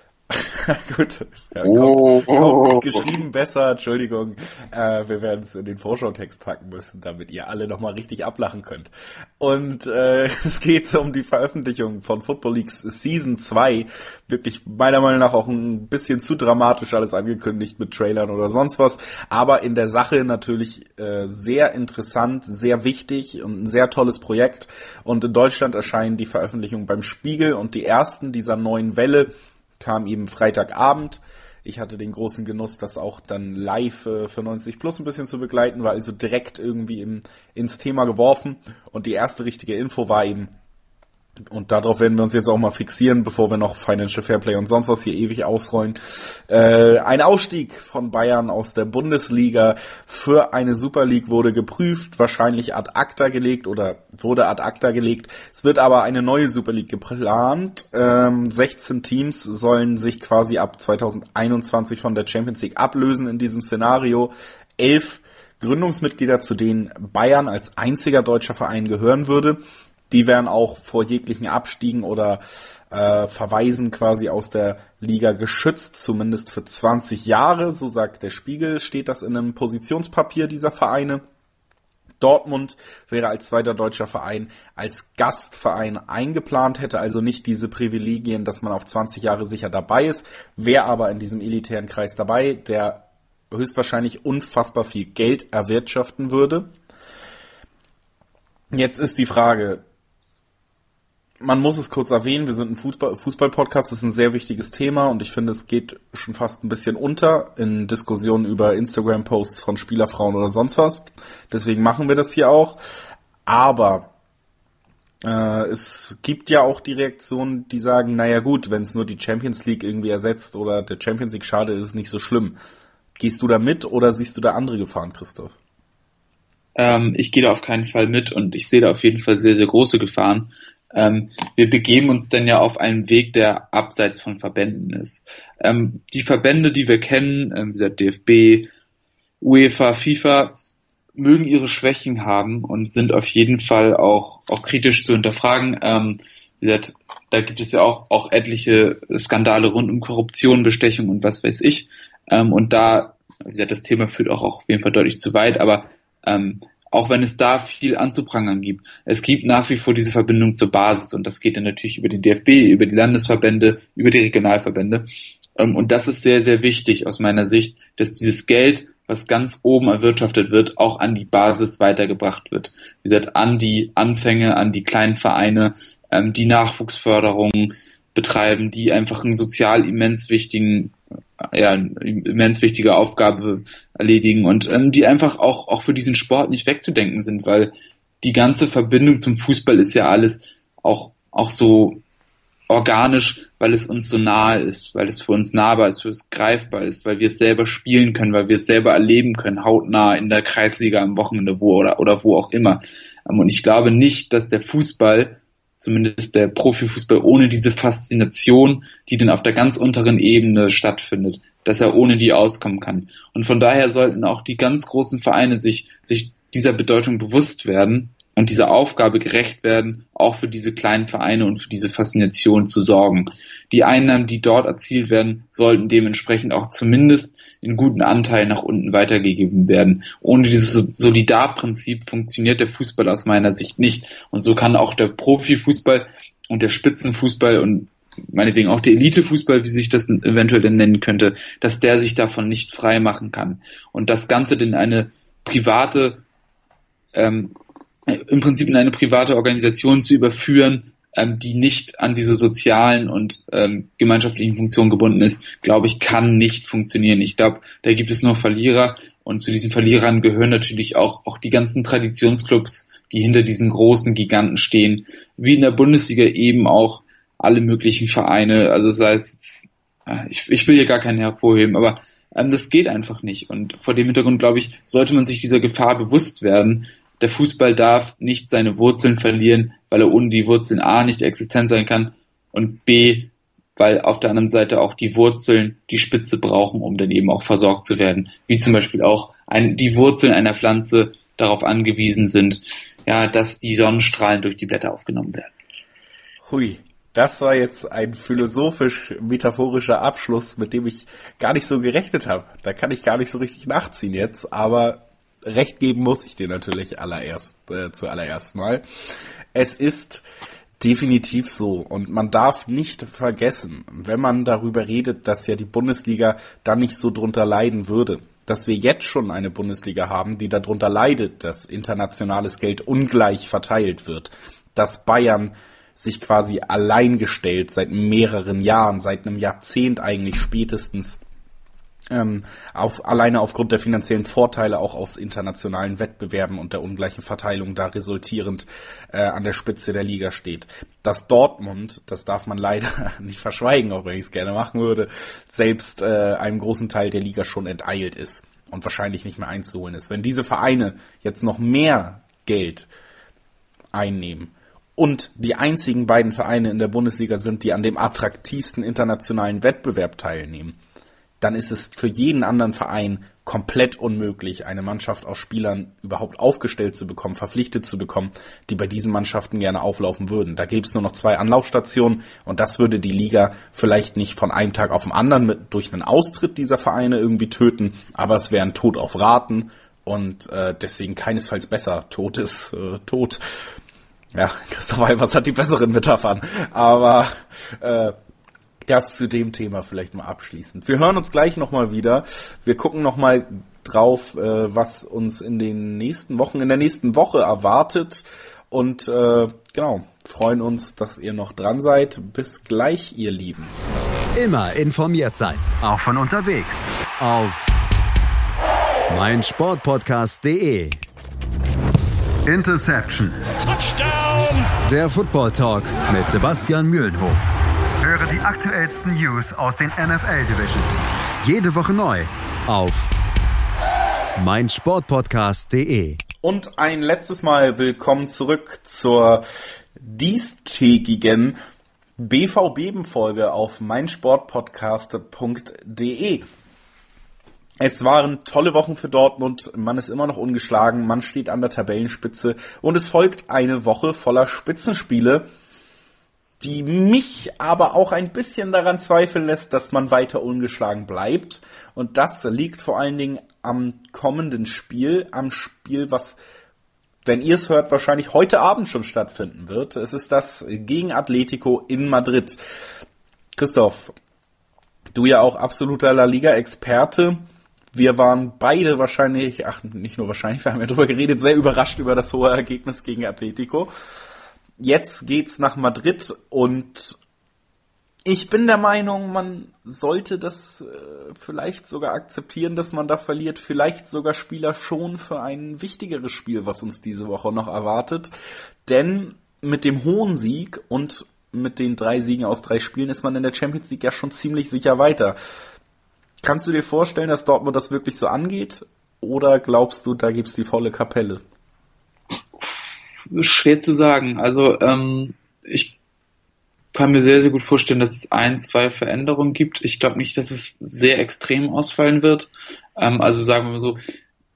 Speaker 2: Gut, ja, kommt, oh, kommt oh, geschrieben besser, Entschuldigung. Äh, wir werden es in den Vorschautext packen müssen, damit ihr alle nochmal richtig ablachen könnt. Und äh, es geht um die Veröffentlichung von Football Leagues Season zwei. Wirklich meiner Meinung nach auch ein bisschen zu dramatisch alles angekündigt mit Trailern oder sonst was. Aber in der Sache natürlich äh, sehr interessant, sehr wichtig und ein sehr tolles Projekt. Und in Deutschland erscheinen die Veröffentlichungen beim Spiegel und die ersten dieser neuen Welle kam eben Freitagabend. Ich hatte den großen Genuss, das auch dann live äh, für neunzig plus ein bisschen zu begleiten, war also direkt irgendwie im, ins Thema geworfen. Und die erste richtige Info war eben, und darauf werden wir uns jetzt auch mal fixieren, bevor wir noch Financial Fairplay und sonst was hier ewig ausrollen. Äh, ein Ausstieg von Bayern aus der Bundesliga für eine Super League wurde geprüft, wahrscheinlich ad acta gelegt oder wurde ad acta gelegt. Es wird aber eine neue Super League geplant. Ähm, sechzehn Teams sollen sich quasi ab zwanzig einundzwanzig von der Champions League ablösen in diesem Szenario. Elf Gründungsmitglieder, zu denen Bayern als einziger deutscher Verein gehören würde. Die werden auch vor jeglichen Abstiegen oder äh, Verweisen quasi aus der Liga geschützt, zumindest für zwanzig Jahre, so sagt der Spiegel, steht das in einem Positionspapier dieser Vereine. Dortmund wäre als zweiter deutscher Verein als Gastverein eingeplant, hätte also nicht diese Privilegien, dass man auf zwanzig Jahre sicher dabei ist, wäre aber in diesem elitären Kreis dabei, der höchstwahrscheinlich unfassbar viel Geld erwirtschaften würde. Jetzt ist die Frage, man muss es kurz erwähnen, wir sind ein Fußball- Fußball-Podcast, das ist ein sehr wichtiges Thema und ich finde, es geht schon fast ein bisschen unter in Diskussionen über Instagram-Posts von Spielerfrauen oder sonst was. Deswegen machen wir das hier auch. Aber äh, es gibt ja auch die Reaktionen, die sagen, naja gut, wenn es nur die Champions League irgendwie ersetzt oder der Champions League schade, ist es nicht so schlimm. Gehst du da mit oder siehst du da andere Gefahren, Christoph?
Speaker 3: Ähm, ich gehe da auf keinen Fall mit und ich sehe da auf jeden Fall sehr, sehr große Gefahren. Ähm, wir begeben uns dann ja auf einen Weg, der abseits von Verbänden ist. Ähm, die Verbände, die wir kennen, ähm, wie gesagt, D F B, UEFA, FIFA, mögen ihre Schwächen haben und sind auf jeden Fall auch, auch kritisch zu hinterfragen. Ähm, wie gesagt, da gibt es ja auch, auch etliche Skandale rund um Korruption, Bestechung und was weiß ich. Ähm, und da, wie gesagt, das Thema führt auch, auch auf jeden Fall deutlich zu weit, aber ähm, auch wenn es da viel anzuprangern gibt. Es gibt nach wie vor diese Verbindung zur Basis und das geht dann natürlich über den D F B, über die Landesverbände, über die Regionalverbände. Und das ist sehr, sehr wichtig aus meiner Sicht, dass dieses Geld, was ganz oben erwirtschaftet wird, auch an die Basis weitergebracht wird. Wie gesagt, an die Anfänge, an die kleinen Vereine, die Nachwuchsförderung betreiben, die einfach einen sozial immens wichtigen ja, immens wichtige Aufgabe erledigen und ähm, die einfach auch auch für diesen Sport nicht wegzudenken sind, weil die ganze Verbindung zum Fußball ist ja alles auch auch so organisch, weil es uns so nahe ist, weil es für uns nahbar ist, für es greifbar ist, weil wir es selber spielen können, weil wir es selber erleben können, hautnah in der Kreisliga am Wochenende wo oder oder wo auch immer. Ähm, und ich glaube nicht, dass der Fußball, zumindest der Profifußball, ohne diese Faszination, die dann auf der ganz unteren Ebene stattfindet, dass er ohne die auskommen kann. Und von daher sollten auch die ganz großen Vereine sich, sich dieser Bedeutung bewusst werden und dieser Aufgabe gerecht werden, auch für diese kleinen Vereine und für diese Faszination zu sorgen. Die Einnahmen, die dort erzielt werden, sollten dementsprechend auch zumindest in guten Anteil nach unten weitergegeben werden. Ohne dieses Solidarprinzip funktioniert der Fußball aus meiner Sicht nicht. Und so kann auch der Profifußball und der Spitzenfußball und meinetwegen auch der Elitefußball, wie sich das eventuell denn nennen könnte, dass der sich davon nicht frei machen kann. Und das Ganze in eine private, ähm, im Prinzip in eine private Organisation zu überführen, ähm, die nicht an diese sozialen und ähm, gemeinschaftlichen Funktionen gebunden ist, glaube ich, kann nicht funktionieren. Ich glaube, da gibt es nur Verlierer und zu diesen Verlierern gehören natürlich auch, auch die ganzen Traditionsclubs, die hinter diesen großen Giganten stehen, wie in der Bundesliga eben auch alle möglichen Vereine, also sei es jetzt, ich, ich will hier gar keinen hervorheben, aber ähm, das geht einfach nicht und vor dem Hintergrund, glaube ich, sollte man sich dieser Gefahr bewusst werden. Der Fußball darf nicht seine Wurzeln verlieren, weil er ohne die Wurzeln A nicht existent sein kann und B, weil auf der anderen Seite auch die Wurzeln die Spitze brauchen, um dann eben auch versorgt zu werden. Wie zum Beispiel auch ein, die Wurzeln einer Pflanze darauf angewiesen sind, ja, dass die Sonnenstrahlen durch die Blätter aufgenommen werden.
Speaker 2: Hui. Das war jetzt ein philosophisch-metaphorischer Abschluss, mit dem ich gar nicht so gerechnet habe. Da kann ich gar nicht so richtig nachziehen jetzt, aber recht geben muss ich dir natürlich allererst, äh, zuallererst mal. Es ist definitiv so und man darf nicht vergessen, wenn man darüber redet, dass ja die Bundesliga dann nicht so drunter leiden würde, dass wir jetzt schon eine Bundesliga haben, die darunter leidet, dass internationales Geld ungleich verteilt wird, dass Bayern sich quasi alleingestellt seit mehreren Jahren, seit einem Jahrzehnt eigentlich spätestens Ähm, auf, alleine aufgrund der finanziellen Vorteile auch aus internationalen Wettbewerben und der ungleichen Verteilung da resultierend äh, an der Spitze der Liga steht. Dass Dortmund, das darf man leider nicht verschweigen, auch wenn ich es gerne machen würde, selbst äh, einem großen Teil der Liga schon enteilt ist und wahrscheinlich nicht mehr einzuholen ist. Wenn diese Vereine jetzt noch mehr Geld einnehmen und die einzigen beiden Vereine in der Bundesliga sind, die an dem attraktivsten internationalen Wettbewerb teilnehmen, dann ist es für jeden anderen Verein komplett unmöglich, eine Mannschaft aus Spielern überhaupt aufgestellt zu bekommen, verpflichtet zu bekommen, die bei diesen Mannschaften gerne auflaufen würden. Da gäbe es nur noch zwei Anlaufstationen und das würde die Liga vielleicht nicht von einem Tag auf den anderen mit, durch einen Austritt dieser Vereine irgendwie töten, aber es wäre ein Tod auf Raten und äh, deswegen keinesfalls besser. Tod ist äh, tot. Ja, Christoph Albers hat die besseren Metaphern, aber äh, das zu dem Thema vielleicht mal abschließend. Wir hören uns gleich nochmal wieder. Wir gucken nochmal drauf, äh, was uns in den nächsten Wochen, in der nächsten Woche erwartet. Und äh, genau, freuen uns, dass ihr noch dran seid. Bis gleich, ihr Lieben.
Speaker 1: Immer informiert sein, auch von unterwegs. Auf meinsportpodcast punkt de. Interception. Touchdown! Der Football Talk mit Sebastian Mühlenhof. Höre die aktuellsten News aus den N F L-Divisions. Jede Woche neu auf meinsportpodcast punkt de.
Speaker 2: Und ein letztes Mal willkommen zurück zur diestägigen B V B-Folge auf meinsportpodcast punkt de. Es waren tolle Wochen für Dortmund, man ist immer noch ungeschlagen, man steht an der Tabellenspitze und es folgt eine Woche voller Spitzenspiele, die mich aber auch ein bisschen daran zweifeln lässt, dass man weiter ungeschlagen bleibt. Und das liegt vor allen Dingen am kommenden Spiel, am Spiel, was, wenn ihr es hört, wahrscheinlich heute Abend schon stattfinden wird. Es ist das gegen Atletico in Madrid. Christoph, du ja auch absoluter La Liga-Experte. Wir waren beide wahrscheinlich, ach nicht nur wahrscheinlich, wir haben ja drüber geredet, sehr überrascht über das hohe Ergebnis gegen Atletico. Jetzt geht's nach Madrid und ich bin der Meinung, man sollte das äh, vielleicht sogar akzeptieren, dass man da verliert. Vielleicht sogar Spieler schon für ein wichtigeres Spiel, was uns diese Woche noch erwartet. Denn mit dem hohen Sieg und mit den drei Siegen aus drei Spielen ist man in der Champions League ja schon ziemlich sicher weiter. Kannst du dir vorstellen, dass Dortmund das wirklich so angeht? Oder glaubst du, da gibt's die volle Kapelle?
Speaker 3: Schwer zu sagen. Also ähm, ich kann mir sehr, sehr gut vorstellen, dass es ein, zwei Veränderungen gibt. Ich glaube nicht, dass es sehr extrem ausfallen wird. Ähm, also sagen wir mal so,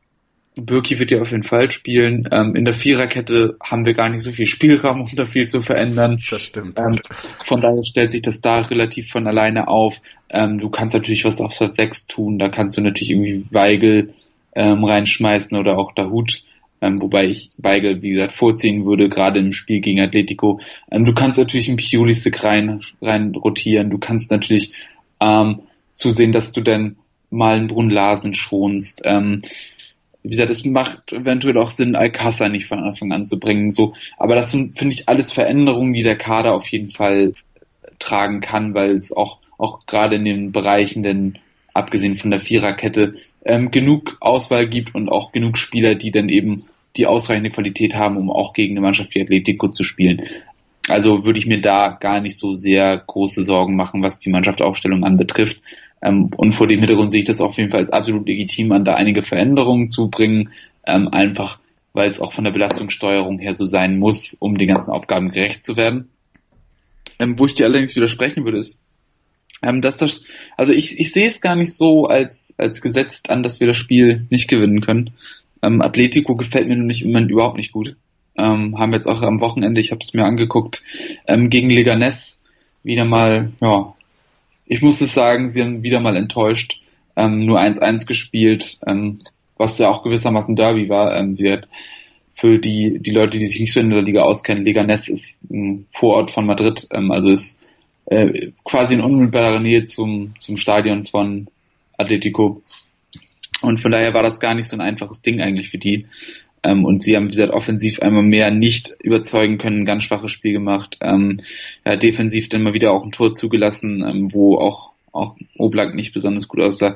Speaker 3: Bürki wird ja auf jeden Fall spielen. Ähm, in der Viererkette haben wir gar nicht so viel Spielraum, um da viel zu verändern.
Speaker 2: Das stimmt.
Speaker 3: Ähm, von daher stellt sich das da relativ von alleine auf. Ähm, du kannst natürlich was auf sechs tun. Da kannst du natürlich irgendwie Weigl ähm, reinschmeißen oder auch Dahoud. Ähm, wobei ich Weigl, wie gesagt, vorziehen würde, gerade im Spiel gegen Atletico. Ähm, du kannst natürlich einen Pulisic rein, rein rotieren. Du kannst natürlich ähm, zusehen, dass du dann mal einen Brun Larsen schonst. Ähm, wie gesagt, es macht eventuell auch Sinn, Alcázar nicht von Anfang an zu bringen. So, aber das sind, finde ich, alles Veränderungen, die der Kader auf jeden Fall tragen kann, weil es auch auch gerade in den Bereichen, denn abgesehen von der Viererkette, ähm, genug Auswahl gibt und auch genug Spieler, die dann eben die ausreichende Qualität haben, um auch gegen eine Mannschaft wie Atletico zu spielen. Also würde ich mir da gar nicht so sehr große Sorgen machen, was die Mannschaftsaufstellung anbetrifft. Ähm, und vor dem Hintergrund sehe ich das auf jeden Fall als absolut legitim an, da einige Veränderungen zu bringen, ähm, einfach weil es auch von der Belastungssteuerung her so sein muss, um den ganzen Aufgaben gerecht zu werden. Ähm, wo ich dir allerdings widersprechen würde, ist, Ähm, dass das, also ich, ich sehe es gar nicht so als, als gesetzt an, dass wir das Spiel nicht gewinnen können. Ähm, Atletico gefällt mir nämlich im Moment überhaupt nicht gut. Ähm, haben jetzt auch am Wochenende, ich habe es mir angeguckt, ähm, gegen Leganés wieder mal, ja, ich muss es sagen, sie haben wieder mal enttäuscht, ähm, nur eins eins gespielt, ähm, was ja auch gewissermaßen Derby war. Ähm, wird für die, die Leute, die sich nicht so in der Liga auskennen, Leganés ist ein Vorort von Madrid, ähm, also ist Äh, quasi in unmittelbarer Nähe zum, zum Stadion von Atletico. Und von daher war das gar nicht so ein einfaches Ding eigentlich für die. Ähm, und sie haben, wie gesagt, offensiv einmal mehr nicht überzeugen können, ein ganz schwaches Spiel gemacht. Ähm, ja, defensiv dann mal wieder auch ein Tor zugelassen, ähm, wo auch, auch Oblak nicht besonders gut aussah.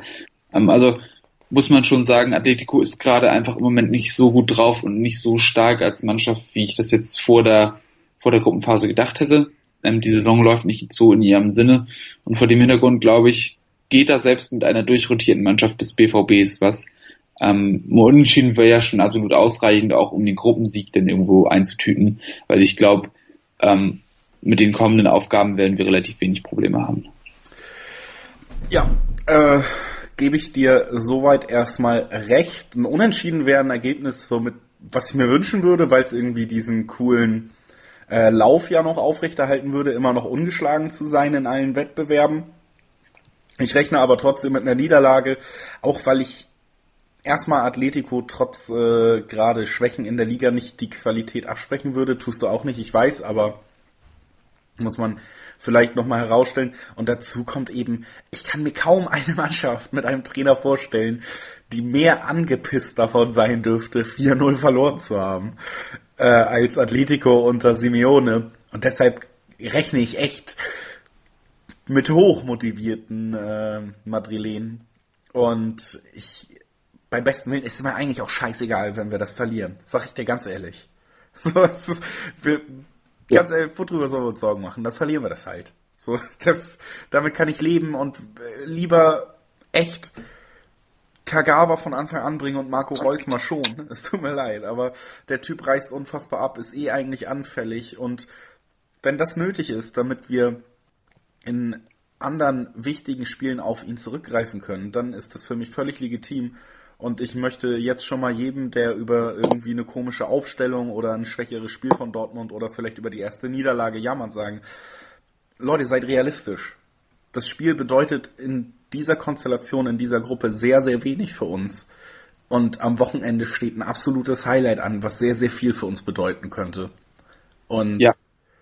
Speaker 3: Ähm, also muss man schon sagen, Atletico ist gerade einfach im Moment nicht so gut drauf und nicht so stark als Mannschaft, wie ich das jetzt vor der vor der Gruppenphase gedacht hätte. Ähm, die Saison läuft nicht so in ihrem Sinne und vor dem Hintergrund, glaube ich, geht da selbst mit einer durchrotierten Mannschaft des B V Bs was. Ähm, Unentschieden wäre ja schon absolut ausreichend, auch um den Gruppensieg dann irgendwo einzutüten, weil ich glaube, ähm, mit den kommenden Aufgaben werden wir relativ wenig Probleme haben.
Speaker 2: Ja, äh, gebe ich dir soweit erstmal recht. Ein Unentschieden wäre ein Ergebnis, womit, was ich mir wünschen würde, weil es irgendwie diesen coolen äh, Lauf ja noch aufrechterhalten würde, immer noch ungeschlagen zu sein in allen Wettbewerben. Ich rechne aber trotzdem mit einer Niederlage, auch weil ich erstmal Atletico trotz äh, gerade Schwächen in der Liga nicht die Qualität absprechen würde. Tust du auch nicht, ich weiß, aber muss man vielleicht nochmal herausstellen. Und dazu kommt eben, ich kann mir kaum eine Mannschaft mit einem Trainer vorstellen, die mehr angepisst davon sein dürfte, vier null verloren zu haben, äh, als Atletico unter Simeone. Und deshalb rechne ich echt mit hochmotivierten äh, Madrilenen. Und ich, beim besten Willen ist es mir eigentlich auch scheißegal, wenn wir das verlieren. Sag ich dir ganz ehrlich. So, es ist, wir, Ganz ehrlich, worüber sollen wir uns Sorgen machen? Dann verlieren wir das halt. So, das, damit kann ich leben und lieber echt Kagawa von Anfang an bringen und Marco Reus mal schon. Es tut mir leid, aber der Typ reißt unfassbar ab, ist eh eigentlich anfällig und wenn das nötig ist, damit wir in anderen wichtigen Spielen auf ihn zurückgreifen können, dann ist das für mich völlig legitim. Und ich möchte jetzt schon mal jedem, der über irgendwie eine komische Aufstellung oder ein schwächeres Spiel von Dortmund oder vielleicht über die erste Niederlage jammert, sagen, Leute, seid realistisch. Das Spiel bedeutet in dieser Konstellation, in dieser Gruppe sehr, sehr wenig für uns. Und am Wochenende steht ein absolutes Highlight an, was sehr, sehr viel für uns bedeuten könnte. Und
Speaker 3: ja.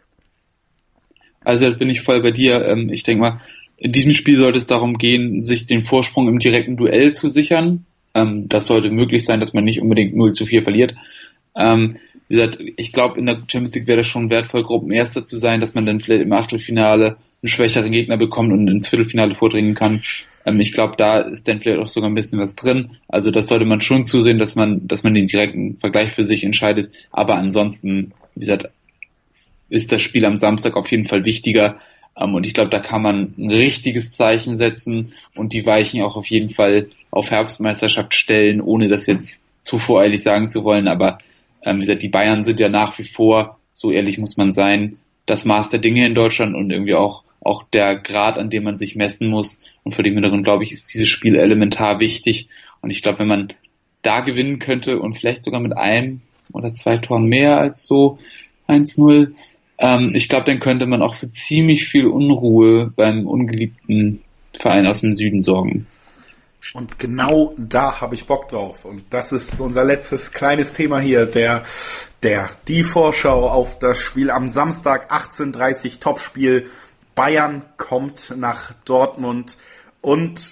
Speaker 3: Also da bin ich voll bei dir. Ich denke mal, in diesem Spiel sollte es darum gehen, sich den Vorsprung im direkten Duell zu sichern. Ähm, das sollte möglich sein, dass man nicht unbedingt null zu vier verliert. Ähm, wie gesagt, ich glaube, in der Champions League wäre das schon wertvoll, Gruppenerster zu sein, dass man dann vielleicht im Achtelfinale einen schwächeren Gegner bekommt und ins Viertelfinale vordringen kann. Ähm, ich glaube, da ist dann vielleicht auch sogar ein bisschen was drin. Also das sollte man schon zusehen, dass man, dass man den direkten Vergleich für sich entscheidet. Aber ansonsten, wie gesagt, ist das Spiel am Samstag auf jeden Fall wichtiger. Und ich glaube, da kann man ein richtiges Zeichen setzen und die Weichen auch auf jeden Fall auf Herbstmeisterschaft stellen, ohne das jetzt zu voreilig sagen zu wollen. Aber ähm, wie gesagt, die Bayern sind ja nach wie vor, so ehrlich muss man sein, das Maß der Dinge in Deutschland und irgendwie auch auch der Grad, an dem man sich messen muss. Und vor dem Hintergrund, glaube ich, ist dieses Spiel elementar wichtig. Und ich glaube, wenn man da gewinnen könnte und vielleicht sogar mit einem oder zwei Toren mehr als so eins null, Ähm, ich glaube, dann könnte man auch für ziemlich viel Unruhe beim ungeliebten Verein aus dem Süden sorgen.
Speaker 2: Und genau da habe ich Bock drauf. Und das ist unser letztes kleines Thema hier, der, der, die Vorschau auf das Spiel am Samstag, achtzehn Uhr dreißig, Topspiel. Bayern kommt nach Dortmund und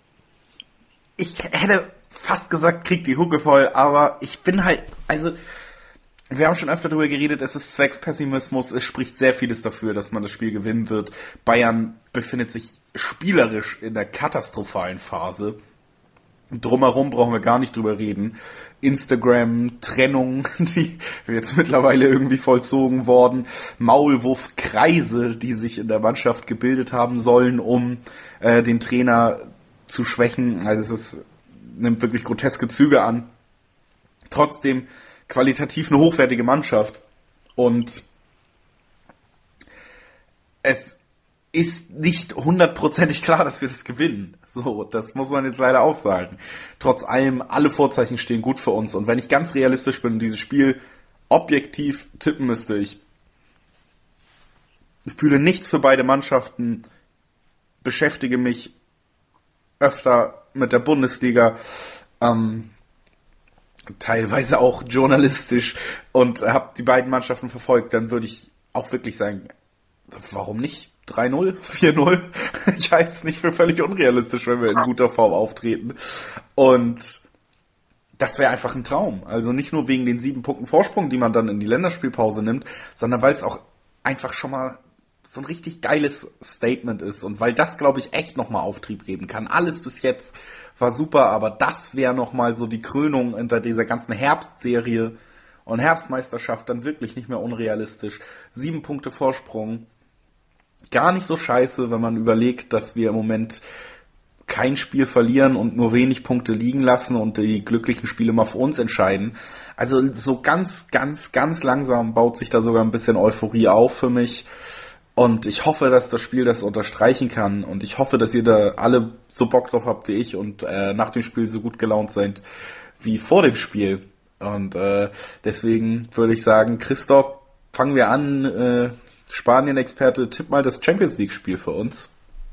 Speaker 2: ich hätte fast gesagt, kriegt die Hucke voll, aber ich bin halt, also, wir haben schon öfter darüber geredet, es ist zwecks Pessimismus, es spricht sehr vieles dafür, dass man das Spiel gewinnen wird. Bayern befindet sich spielerisch in der katastrophalen Phase. Drumherum brauchen wir gar nicht drüber reden. Instagram, Trennung, die jetzt mittlerweile irgendwie vollzogen worden. Maulwurfkreise, die sich in der Mannschaft gebildet haben sollen, um äh, den Trainer zu schwächen. Also es ist, nimmt wirklich groteske Züge an. Trotzdem qualitativ eine hochwertige Mannschaft. Und es ist nicht hundertprozentig klar, dass wir das gewinnen. So, das muss man jetzt leider auch sagen. Trotz allem, alle Vorzeichen stehen gut für uns. Und wenn ich ganz realistisch bin und dieses Spiel objektiv tippen müsste, ich fühle nichts für beide Mannschaften, beschäftige mich öfter mit der Bundesliga, ähm, teilweise auch journalistisch und habe die beiden Mannschaften verfolgt, dann würde ich auch wirklich sagen, warum nicht drei null, vier null? Ich halte es nicht für völlig unrealistisch, wenn wir in guter Form auftreten. Und das wäre einfach ein Traum. Also nicht nur wegen den sieben Punkten Vorsprung, die man dann in die Länderspielpause nimmt, sondern weil es auch einfach schon mal so ein richtig geiles Statement ist und weil das, glaube ich, echt nochmal Auftrieb geben kann. Alles bis jetzt war super, aber das wäre nochmal so die Krönung hinter dieser ganzen Herbstserie und Herbstmeisterschaft dann wirklich nicht mehr unrealistisch. Sieben Punkte Vorsprung, gar nicht so scheiße, wenn man überlegt, dass wir im Moment kein Spiel verlieren und nur wenig Punkte liegen lassen und die glücklichen Spiele mal für uns entscheiden. Also so ganz, ganz, ganz langsam baut sich da sogar ein bisschen Euphorie auf für mich. Und ich hoffe, dass das Spiel das unterstreichen kann. Und ich hoffe, dass ihr da alle so Bock drauf habt wie ich und äh, nach dem Spiel so gut gelaunt seid wie vor dem Spiel. Und äh, deswegen würde ich sagen, Christoph, fangen wir an. Äh, Spanien-Experte, tipp mal das Champions-League-Spiel für uns.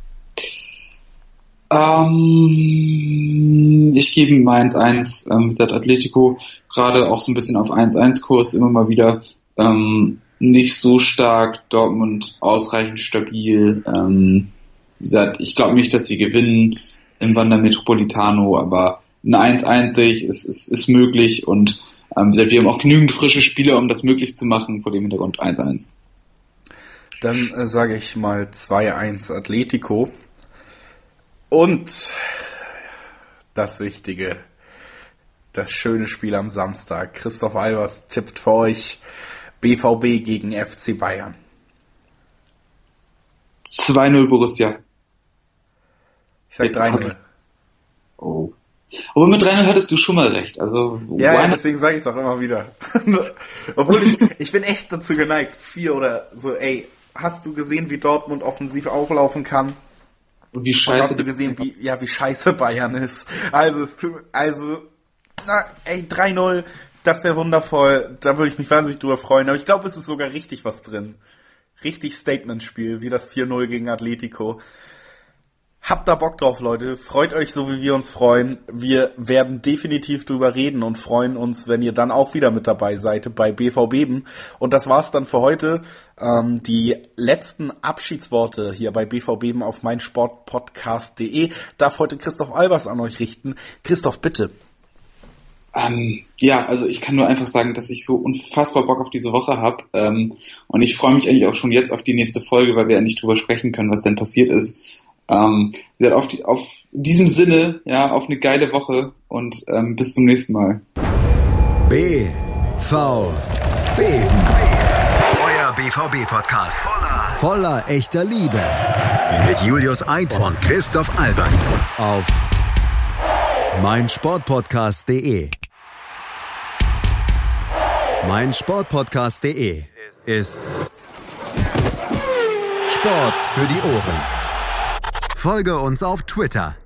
Speaker 3: Ähm, ich gebe ihm eins eins ähm, mit der Atletico. Gerade auch so ein bisschen auf eins eins Kurs immer mal wieder. Ähm, nicht so stark, Dortmund ausreichend stabil. Ähm, wie gesagt, ich glaube nicht, dass sie gewinnen im Wanda Metropolitano, aber ein eins eins sehe ich, ist, ist, ist möglich und ähm, wir haben auch genügend frische Spieler, um das möglich zu machen, vor dem Hintergrund eins eins.
Speaker 2: Dann äh, sage ich mal zwei eins Atletico. Und das Wichtige, das schöne Spiel am Samstag. Christoph Albers tippt für euch B V B gegen F C Bayern.
Speaker 3: zwei null Borussia.
Speaker 2: Ich sag drei null.
Speaker 3: Oh. Aber mit drei null hattest du schon mal recht. Also
Speaker 2: ja, ja deswegen sage ich es auch immer wieder. Obwohl ich, ich bin echt dazu geneigt, vier oder so, ey, hast du gesehen, wie Dortmund offensiv auflaufen kann?
Speaker 3: Und wie scheiße.
Speaker 2: Und hast du gesehen, wie, ja, wie scheiße Bayern ist. Also, es tut, also, na, ey, drei null, das wäre wundervoll. Da würde ich mich wahnsinnig drüber freuen. Aber ich glaube, es ist sogar richtig was drin. Richtig Statement-Spiel, wie das vier null gegen Atletico. Habt da Bock drauf, Leute. Freut euch so, wie wir uns freuen. Wir werden definitiv drüber reden und freuen uns, wenn ihr dann auch wieder mit dabei seid bei B V B. Und das war's dann für heute. Ähm, die letzten Abschiedsworte hier bei B V B auf meinsportpodcast punkt de darf heute Christoph Albers an euch richten. Christoph, bitte.
Speaker 3: Ähm, ja, also ich kann nur einfach sagen, dass ich so unfassbar Bock auf diese Woche habe. Ähm, und ich freue mich eigentlich auch schon jetzt auf die nächste Folge, weil wir ja nicht drüber sprechen können, was denn passiert ist. Ähm, auf, die, auf in diesem Sinne, ja, auf eine geile Woche und ähm, bis zum nächsten Mal.
Speaker 1: B V B, euer B V B-Podcast voller, voller echter Liebe mit Julius Eid und Christoph Albers auf meinsportpodcast punkt de. meinsportpodcast punkt de ist Sport für die Ohren. Folge uns auf Twitter,